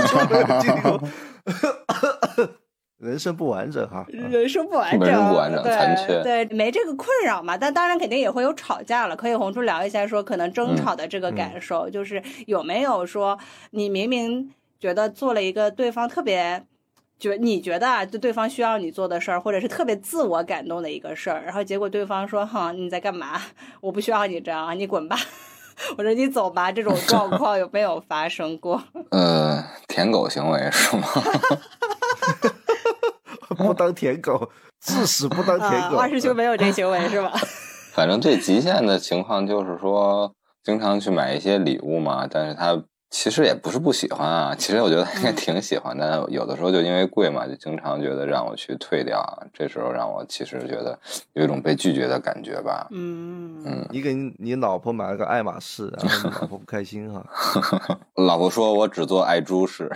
[SPEAKER 3] 人生不完整哈，
[SPEAKER 1] 人生不完整，
[SPEAKER 2] 残缺，
[SPEAKER 1] 对，没这个困扰嘛。但当然肯定也会有吵架了，可以红猪聊一下说可能争吵的这个感受，就是有没有说你明明觉得做了一个对方特别。你觉得就对方需要你做的事儿，或者是特别自我感动的一个事儿，然后结果对方说你在干嘛，我不需要你这样，你滚吧我说你走吧，这种状况有没有发生过？
[SPEAKER 2] 舔狗行为是吗？
[SPEAKER 3] 不当舔狗，至死不当舔狗。
[SPEAKER 1] 二师兄没有这行为是吧？
[SPEAKER 2] 反正最极限的情况就是说经常去买一些礼物嘛，但是他其实也不是不喜欢啊，其实我觉得应该挺喜欢，但有的时候就因为贵嘛，就经常觉得让我去退掉，这时候让我其实觉得有一种被拒绝的感觉吧。
[SPEAKER 3] 你给你老婆买了个爱马仕，然后你老婆不开心哈。
[SPEAKER 2] 老婆说我只做爱猪式。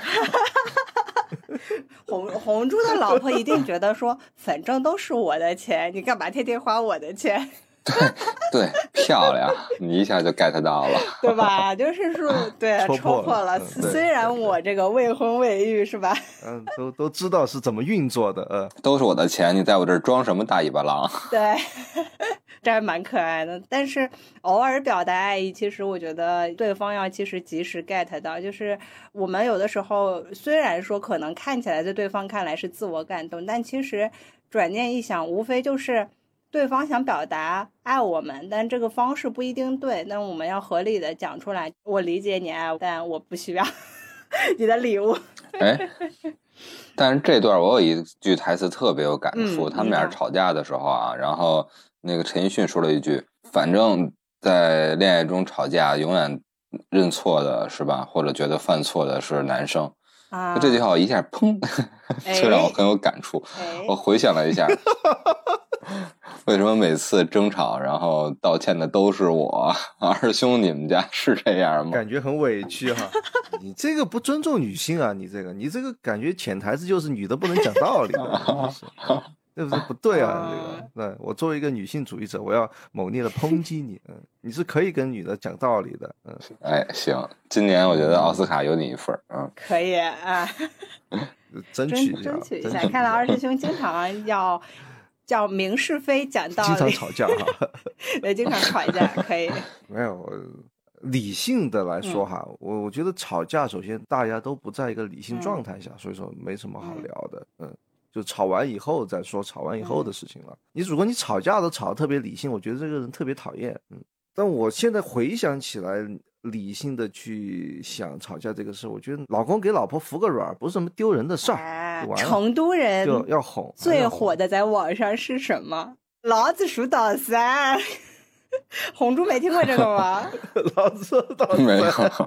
[SPEAKER 1] 红猪的老婆一定觉得说反正都是我的钱，你干嘛天天花我的钱？
[SPEAKER 2] 对，漂亮，你一下就 get 到了，
[SPEAKER 1] 对吧？就是说，对，戳破了。虽然我这个未婚未育，是吧？
[SPEAKER 3] 都知道是怎么运作的，
[SPEAKER 2] 都是我的钱，你在我这儿装什么大尾巴狼？
[SPEAKER 1] 对，这还蛮可爱的。但是偶尔表达爱意，其实我觉得对方要其实及时 get 到，就是我们有的时候虽然说可能看起来在对方看来是自我感动，但其实转念一想，无非就是对方想表达爱我们，但这个方式不一定对，那我们要合理的讲出来，我理解你爱我，但我不需要你的礼物。
[SPEAKER 2] 但是这段我有一句台词特别有感触，他们俩吵架的时候啊，然后那个陈奕迅说了一句，反正在恋爱中吵架永远认错的是吧，或者觉得犯错的是男生啊，这句话我一下砰就让我很有感触，我回想了一下为什么每次争吵然后道歉的都是我？二兄你们家是这样吗？
[SPEAKER 3] 感觉很委屈哈。你这个不尊重女性啊，你这个感觉潜台词就是女的不能讲道理对不对？不对啊，这个我作为一个女性主义者，我要猛烈的抨击你。你是可以跟女的讲道理的。
[SPEAKER 2] 行，今年我觉得奥斯卡有你一份。
[SPEAKER 1] 可以啊，
[SPEAKER 3] 争取
[SPEAKER 1] 一下。看到二师兄经常要叫明是非讲道理，
[SPEAKER 3] 经常吵架哈。
[SPEAKER 1] 对，经常吵架可以。
[SPEAKER 3] 没有理性的来说哈，我觉得吵架首先大家都不在一个理性状态下，所以说没什么好聊的。就吵完以后再说吵完以后的事情了。如果你吵架都吵得特别理性，我觉得这个人特别讨厌。但我现在回想起来，理性的去想吵架这个事，我觉得老公给老婆服个软不是什么丢人的事儿。
[SPEAKER 1] 成都人
[SPEAKER 3] 就要哄。
[SPEAKER 1] 最火的在网上是什么？老子数到3。红猪没听过这个吗？
[SPEAKER 3] 老子数到3
[SPEAKER 2] 没有。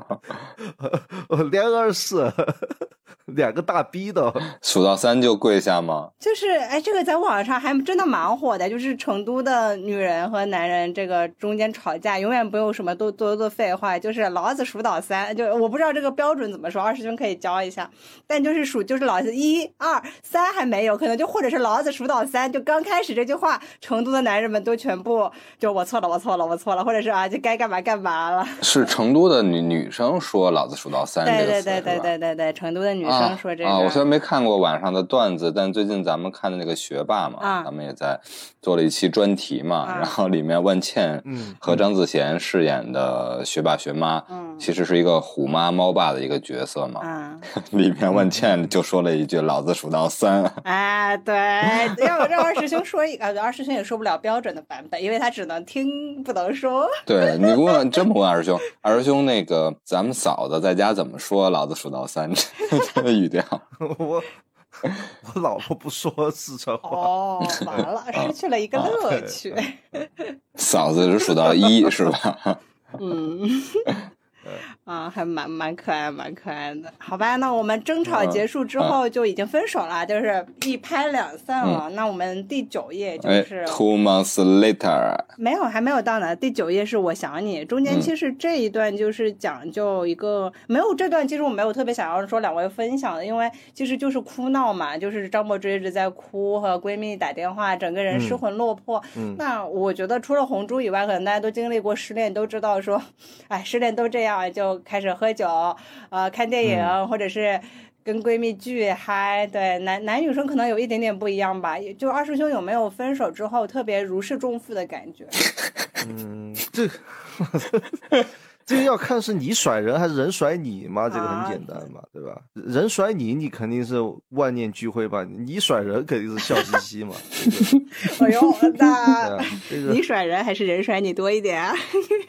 [SPEAKER 3] 2、2、4，两个大逼的，
[SPEAKER 2] 数到3就跪下吗？
[SPEAKER 1] 就是这个在网上还真的蛮火的，就是成都的女人和男人这个中间吵架，永远不用什么多废话，就是老子数到3，就我不知道这个标准怎么说，二师兄可以教一下。但就是就是老子1、2、3还没有，可能就或者是老子数到3，就刚开始这句话，成都的男人们都全部就我错了，或者是就该干嘛干嘛了。
[SPEAKER 2] 是成都的女生说老子数到3这个词，
[SPEAKER 1] 对，成都的女生生说这个
[SPEAKER 2] 我虽然没看过晚上的段子，但最近咱们看的那个学霸嘛，咱们也在做了一期专题嘛，然后里面万茜和张子贤饰演的学霸学妈，其实是一个虎妈猫爸的一个角色嘛，里面万茜就说了一句老子数到3。
[SPEAKER 1] 哎，对，要让二师兄说一个，二师兄也说不了标准的版本，因为他只能听不能说。
[SPEAKER 2] 对，你问这么问二师兄，二师兄那个咱们嫂子在家怎么说老子数到3这个语调？
[SPEAKER 3] 我老婆不说四川话。
[SPEAKER 1] 哦，完了，失去了一个乐趣。
[SPEAKER 2] 嫂子是数到1是吧？
[SPEAKER 1] 还蛮可爱，蛮可爱的。好吧，那我们争吵结束之后就已经分手了，就是一拍两散了。那我们第9页就是
[SPEAKER 2] 2 months later，
[SPEAKER 1] 没有，还没有到呢。第9页是我想你，中间其实这一段就是讲究一个没有这段，其实我没有特别想要说两位分享的，因为其实就是哭闹嘛，就是张柏芝一直在哭，和闺蜜打电话，整个人失魂落魄。那我觉得除了红珠以外，可能大家都经历过失恋，都知道说，哎，失恋都这样，就开始喝酒，看电影，或者是跟闺蜜聚嗨。对，男女生可能有一点点不一样吧。就二师兄有没有分手之后特别如释重负的感觉？
[SPEAKER 3] 这个要看是你甩人还是人甩你嘛，这个很简单嘛，对吧？人甩你肯定是万念俱灰吧，你甩人肯定是笑嘻嘻嘛。
[SPEAKER 1] 哎呦，那你甩人还是人甩你多一点啊？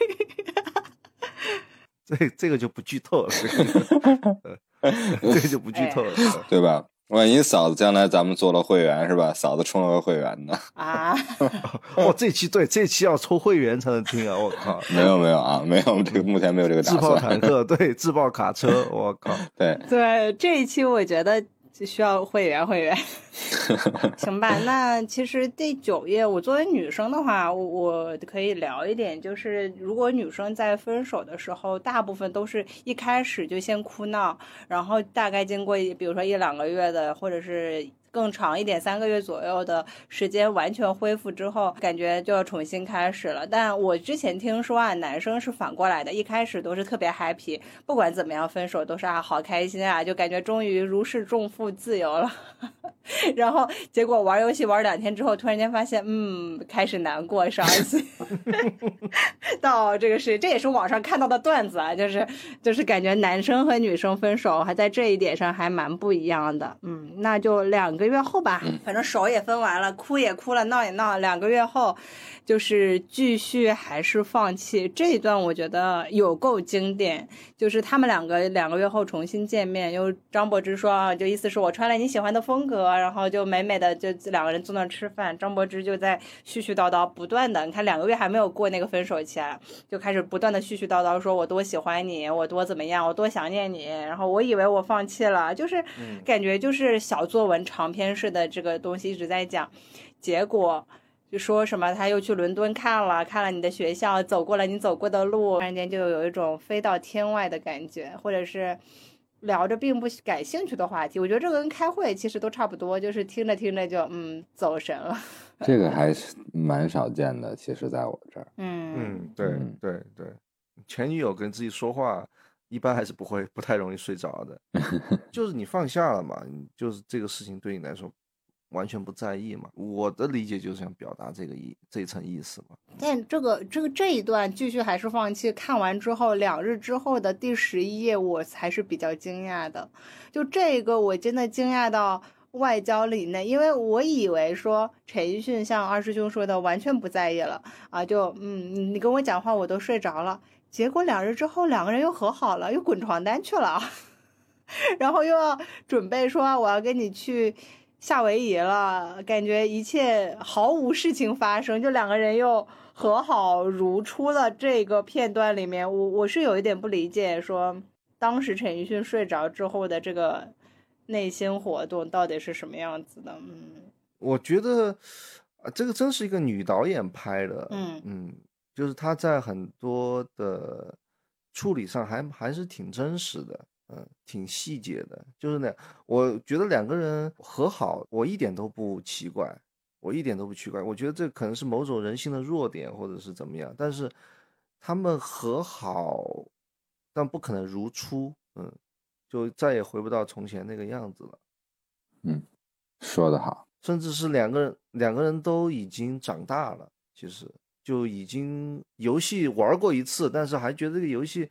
[SPEAKER 3] 这个就不剧透了，这个就不剧透了，
[SPEAKER 2] 对吧？万一嫂子将来咱们做了会员是吧？嫂子充了个会员呢？
[SPEAKER 3] 这期要抽会员才能听啊！我靠，
[SPEAKER 2] 没有啊，没有这个目前没有这个打算。
[SPEAKER 3] 自爆坦克，对，自爆卡车，我靠，
[SPEAKER 2] 对，
[SPEAKER 1] 这一期我觉得需要会员。行吧，那其实第9页我作为女生的话，我可以聊一点，就是如果女生在分手的时候，大部分都是一开始就先哭闹，然后大概经过比如说1、2个月的，或者是更长一点3个月左右的时间完全恢复之后，感觉就要重新开始了。但我之前听说男生是反过来的，一开始都是特别 happy， 不管怎么样分手都是好开心啊，就感觉终于如释重负自由了。然后结果玩游戏玩2天之后，突然间发现开始难过伤心。到这也是网上看到的段子啊，就是感觉男生和女生分手还在这一点上还蛮不一样的。那就2个月后吧，反正手也分完了，哭也哭了，闹也闹了，2个月后就是继续还是放弃。这一段我觉得有够经典，就是他们2个月后重新见面，又张柏芝说就意思是我穿了你喜欢的风格，然后就美美的就2个人坐那吃饭，张柏芝就在絮絮叨叨不断的，你看2个月还没有过那个分手期，就开始不断的絮絮叨叨说我多喜欢你，我多怎么样，我多想念你，然后我以为我放弃了，就是感觉就是小作文长篇式的这个东西一直在讲，结果就说什么他又去伦敦看了你的学校，走过了你走过的路，突然间就有一种飞到天外的感觉，或者是聊着并不感兴趣的话题。我觉得这个跟开会其实都差不多，就是听着听着就走神了。
[SPEAKER 2] 这个还是蛮少见的，其实在我这儿。
[SPEAKER 3] 对，前女友跟自己说话一般还是不太容易睡着的。就是你放下了嘛，就是这个事情对你来说完全不在意嘛，我的理解就是想表达这一层意思嘛。
[SPEAKER 1] 但这一段继续还是放弃，看完之后2日之后的第11页我还是比较惊讶的，就这个我真的惊讶到外焦里内，因为我以为说陈奕迅像二师兄说的完全不在意了啊，就你跟我讲话我都睡着了，结果2日之后2个人又和好了，又滚床单去了。然后又要准备说我要跟你去夏威夷了，感觉一切毫无事情发生，就2个人又和好如初的这个片段里面，我是有一点不理解，说当时陈奕迅睡着之后的这个内心活动到底是什么样子的。
[SPEAKER 3] 我觉得这个真是一个女导演拍的，就是她在很多的处理上还是挺真实的。挺细节的，就是那样。我觉得2个人和好，我一点都不奇怪，我觉得这可能是某种人性的弱点，或者是怎么样。但是他们和好，但不可能如初。 就再也回不到从前那个样子了。
[SPEAKER 2] 说得好。
[SPEAKER 3] 甚至是两个人都已经长大了，其实就已经游戏玩过一次，但是还觉得这个游戏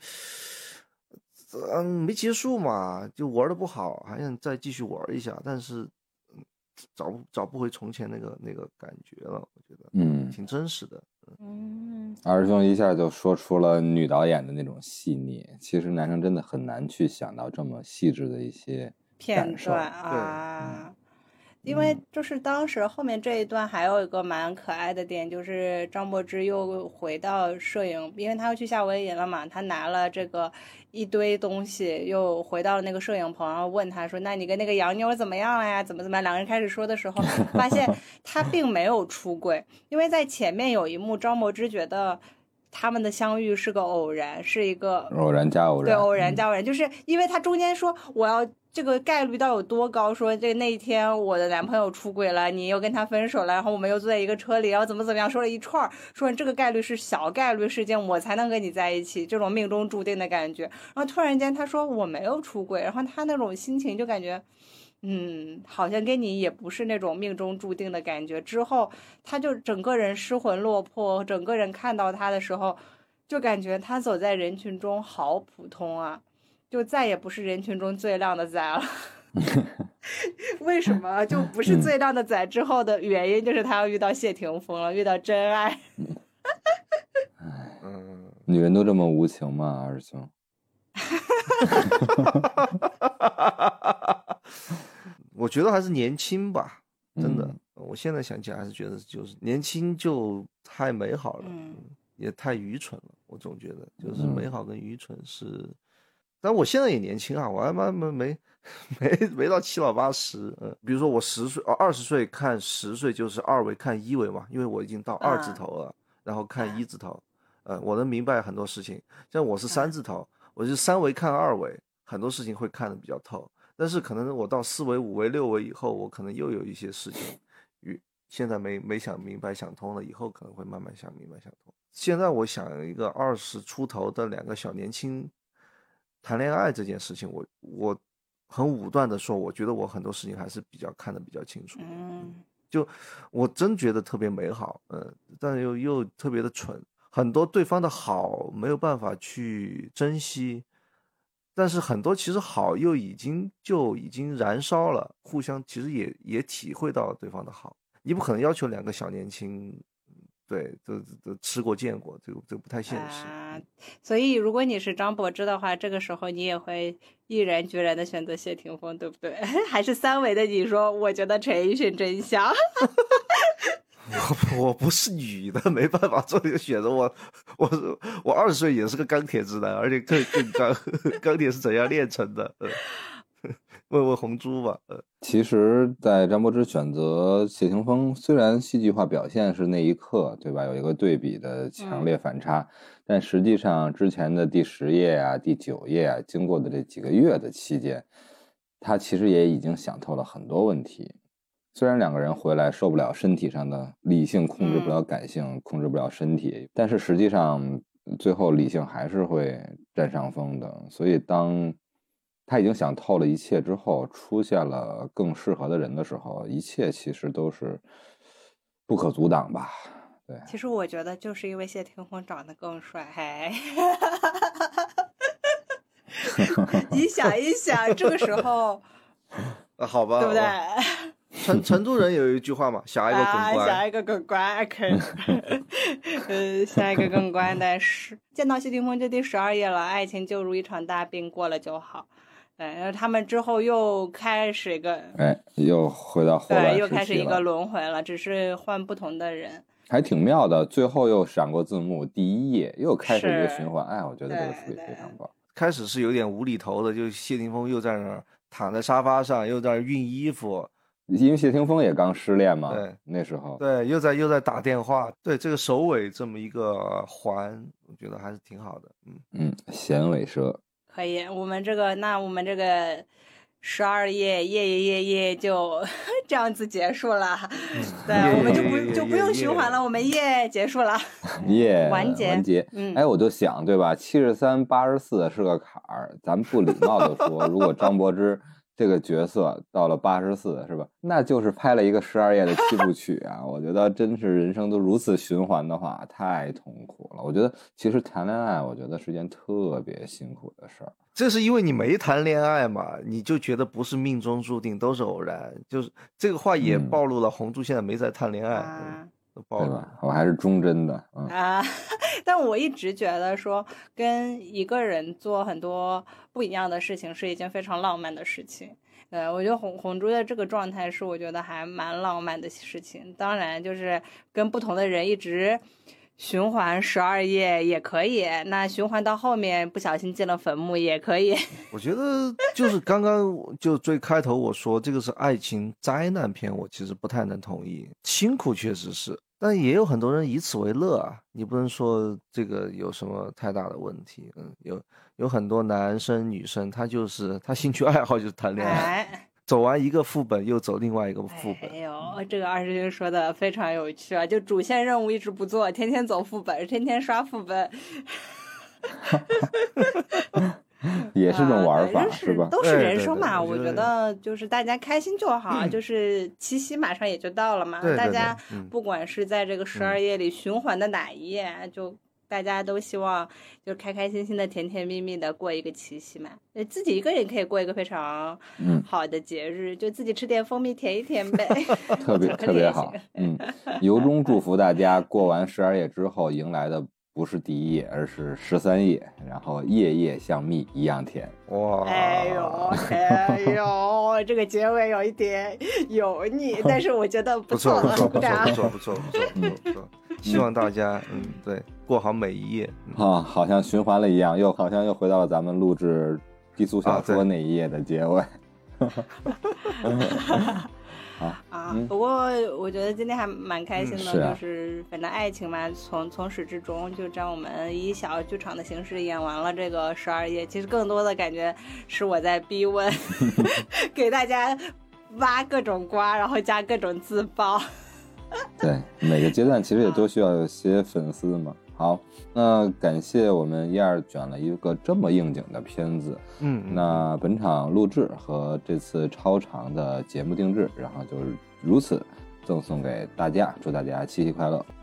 [SPEAKER 3] 没结束嘛，就玩的不好，还想再继续玩一下，但是找不回从前那个感觉了，我觉得挺真实的。
[SPEAKER 2] 二师兄一下就说出了女导演的那种细腻，其实男生真的很难去想到这么细致的一些
[SPEAKER 1] 片段啊。因为就是当时后面这一段还有一个蛮可爱的点，就是张柏芝又回到摄影，因为他要去夏威夷了嘛，他拿了这个一堆东西，又回到了那个摄影棚，然后问他说：“那你跟那个洋妞怎么样了呀？怎么样？”两个人开始说的时候，发现他并没有出轨，因为在前面有一幕，张柏芝觉得他们的相遇是个偶然，是一个
[SPEAKER 2] 偶然加偶然，
[SPEAKER 1] 对，偶然加偶然，就是因为他中间说我要。这个概率到有多高？说这那一天我的男朋友出轨了，你又跟他分手了，然后我们又坐在一个车里，然后怎么样，说了一串，说这个概率是小概率事件，我才能跟你在一起，这种命中注定的感觉。然后突然间他说我没有出轨，然后他那种心情就感觉，好像跟你也不是那种命中注定的感觉。之后他就整个人失魂落魄，整个人看到他的时候，就感觉他走在人群中好普通啊。就再也不是人群中最靓的仔了。为什么就不是最靓的仔？之后的原因就是他要遇到谢霆锋了，遇到真爱。
[SPEAKER 2] 女人都这么无情吗？二师兄。
[SPEAKER 3] 我觉得还是年轻吧，真的。我现在想起来还是觉得就是年轻就太美好了，也太愚蠢了。我总觉得就是美好跟愚蠢是。但我现在也年轻啊，我还没到七老八十。比如说我10岁20岁看10岁就是2维看1维嘛，因为我已经到2字头了，然后看1字头，我能明白很多事情。像我是3字头，我是3维看2维，很多事情会看得比较透。但是可能我到4维、5维、6维以后，我可能又有一些事情现在没想明白想通了，以后可能会慢慢想明白想通。现在我想一个20出头的2个小年轻谈恋爱这件事情，我很武断的说，我觉得我很多事情还是看得比较清楚。就我真觉得特别美好，但又特别的蠢，很多对方的好没有办法去珍惜，但是很多其实好又已经燃烧了，互相其实也体会到对方的好。你不可能要求2个小年轻。对，都吃过见过，这个不太现实。
[SPEAKER 1] 所以如果你是张柏芝的话，这个时候你也会毅然决然的选择谢霆锋，对不对？还是3维的你说，我觉得陈奕迅真香。
[SPEAKER 3] 我不是女的，没办法做这个选择。我20岁也是个钢铁直男，而且更钢。钢铁是怎样炼成的？问问红猪吧。
[SPEAKER 2] 其实在张柏芝选择谢霆锋，虽然戏剧化表现是那一刻，对吧，有一个对比的强烈反差，但实际上之前的第10页啊、第9页啊，经过的这几个月的期间，他其实也已经想透了很多问题。虽然2个人回来受不了身体上的理性控制不了感性，控制不了身体，但是实际上最后理性还是会占上风的。所以当他已经想透了一切之后，出现了更适合的人的时候，一切其实都是不可阻挡吧。对，
[SPEAKER 1] 其实我觉得就是因为谢霆锋长得更帅，你想一想，这个时候，
[SPEAKER 3] 好吧，
[SPEAKER 1] 对不对？
[SPEAKER 3] 成都人有一句话嘛，下一个更乖，
[SPEAKER 1] 下一个更乖，下一个更乖。但是见到谢霆锋这第12页了，爱情就如一场大病，过了就好。然后他们之后又开始一个，
[SPEAKER 2] 又回到后半时期了，
[SPEAKER 1] 对，又开始一个轮回了，只是换不同的人，
[SPEAKER 2] 还挺妙的。最后又闪过字幕，第1页又开始一个循环。我觉得这个处理非常棒。
[SPEAKER 3] 开始是有点无厘头的，就谢霆锋又在那儿躺在沙发上，又在那儿熨衣服。
[SPEAKER 2] 因为谢霆锋也刚失恋嘛，
[SPEAKER 3] 对，
[SPEAKER 2] 那时候
[SPEAKER 3] 对，又在打电话，对，这个首尾这么一个环，我觉得还是挺好的。
[SPEAKER 2] 弦尾蛇
[SPEAKER 1] 可以。我们这个 12页夜就这样子结束了。对，我们就不用循环了，我们结束了，完结。
[SPEAKER 2] 哎，我就想，对吧？73、84是个坎儿，咱们不礼貌的说，如果张柏芝这个角色到了84，是吧？那就是拍了一个12页的7部曲啊！我觉得真是人生都如此循环的话，太痛苦了。我觉得其实谈恋爱，我觉得是件特别辛苦的事儿。
[SPEAKER 3] 这是因为你没谈恋爱嘛，你就觉得不是命中注定，都是偶然。就是这个话也暴露了红珠现在没在谈恋爱，
[SPEAKER 2] 对吧？我还是忠贞的
[SPEAKER 1] 但我一直觉得说跟一个人做很多不一样的事情是一件非常浪漫的事情。我觉得红珠的这个状态是我觉得还蛮浪漫的事情。当然就是跟不同的人一直循环12页也可以，那循环到后面不小心进了坟墓也可以。
[SPEAKER 3] 我觉得就是刚刚就最开头我说这个是爱情灾难片，我其实不太能同意。辛苦确实是，但也有很多人以此为乐啊，你不能说这个有什么太大的问题。有很多男生女生他兴趣爱好就是谈恋爱，走完一个副本又走另外一个副本。
[SPEAKER 1] 哎呦，这个二师兄说的非常有趣啊！就主线任务一直不做，天天走副本，天天刷副本，
[SPEAKER 2] 也是种玩法，是吧？
[SPEAKER 1] 都是人生嘛。我觉得就是大家开心就好。就是七夕马上也就到了嘛，大家不管是在这个12页里循环的哪一页，就大家都希望就开开心心的、甜甜蜜蜜的过一个七夕嘛。自己一个人可以过一个非常好的节日，就自己吃点蜂蜜甜一甜呗，
[SPEAKER 2] 特别好。由衷祝福大家过完12页之后迎来的不是第1页，而是13页，然后页页像蜜一样甜。
[SPEAKER 3] 哇！
[SPEAKER 1] 哎呦，这个结尾有一点油腻，但是我觉得不错，
[SPEAKER 3] 不错。希望大家对，过好每一页
[SPEAKER 2] 好像循环了一样，好像又回到了咱们录制低俗小说那一页的结尾。
[SPEAKER 1] 不过我觉得今天还蛮开心的，就是反正爱情嘛，从始至终就让我们以小剧场的形式演完了这个12页。其实更多的感觉是我在逼问，给大家挖各种瓜，然后加各种自爆。
[SPEAKER 2] 对，每个阶段其实也都需要有些粉丝嘛。好，那感谢我们12卷了一个这么应景的片子。那本场录制和这次超长的节目定制，然后就是如此赠送给大家，祝大家七夕快乐。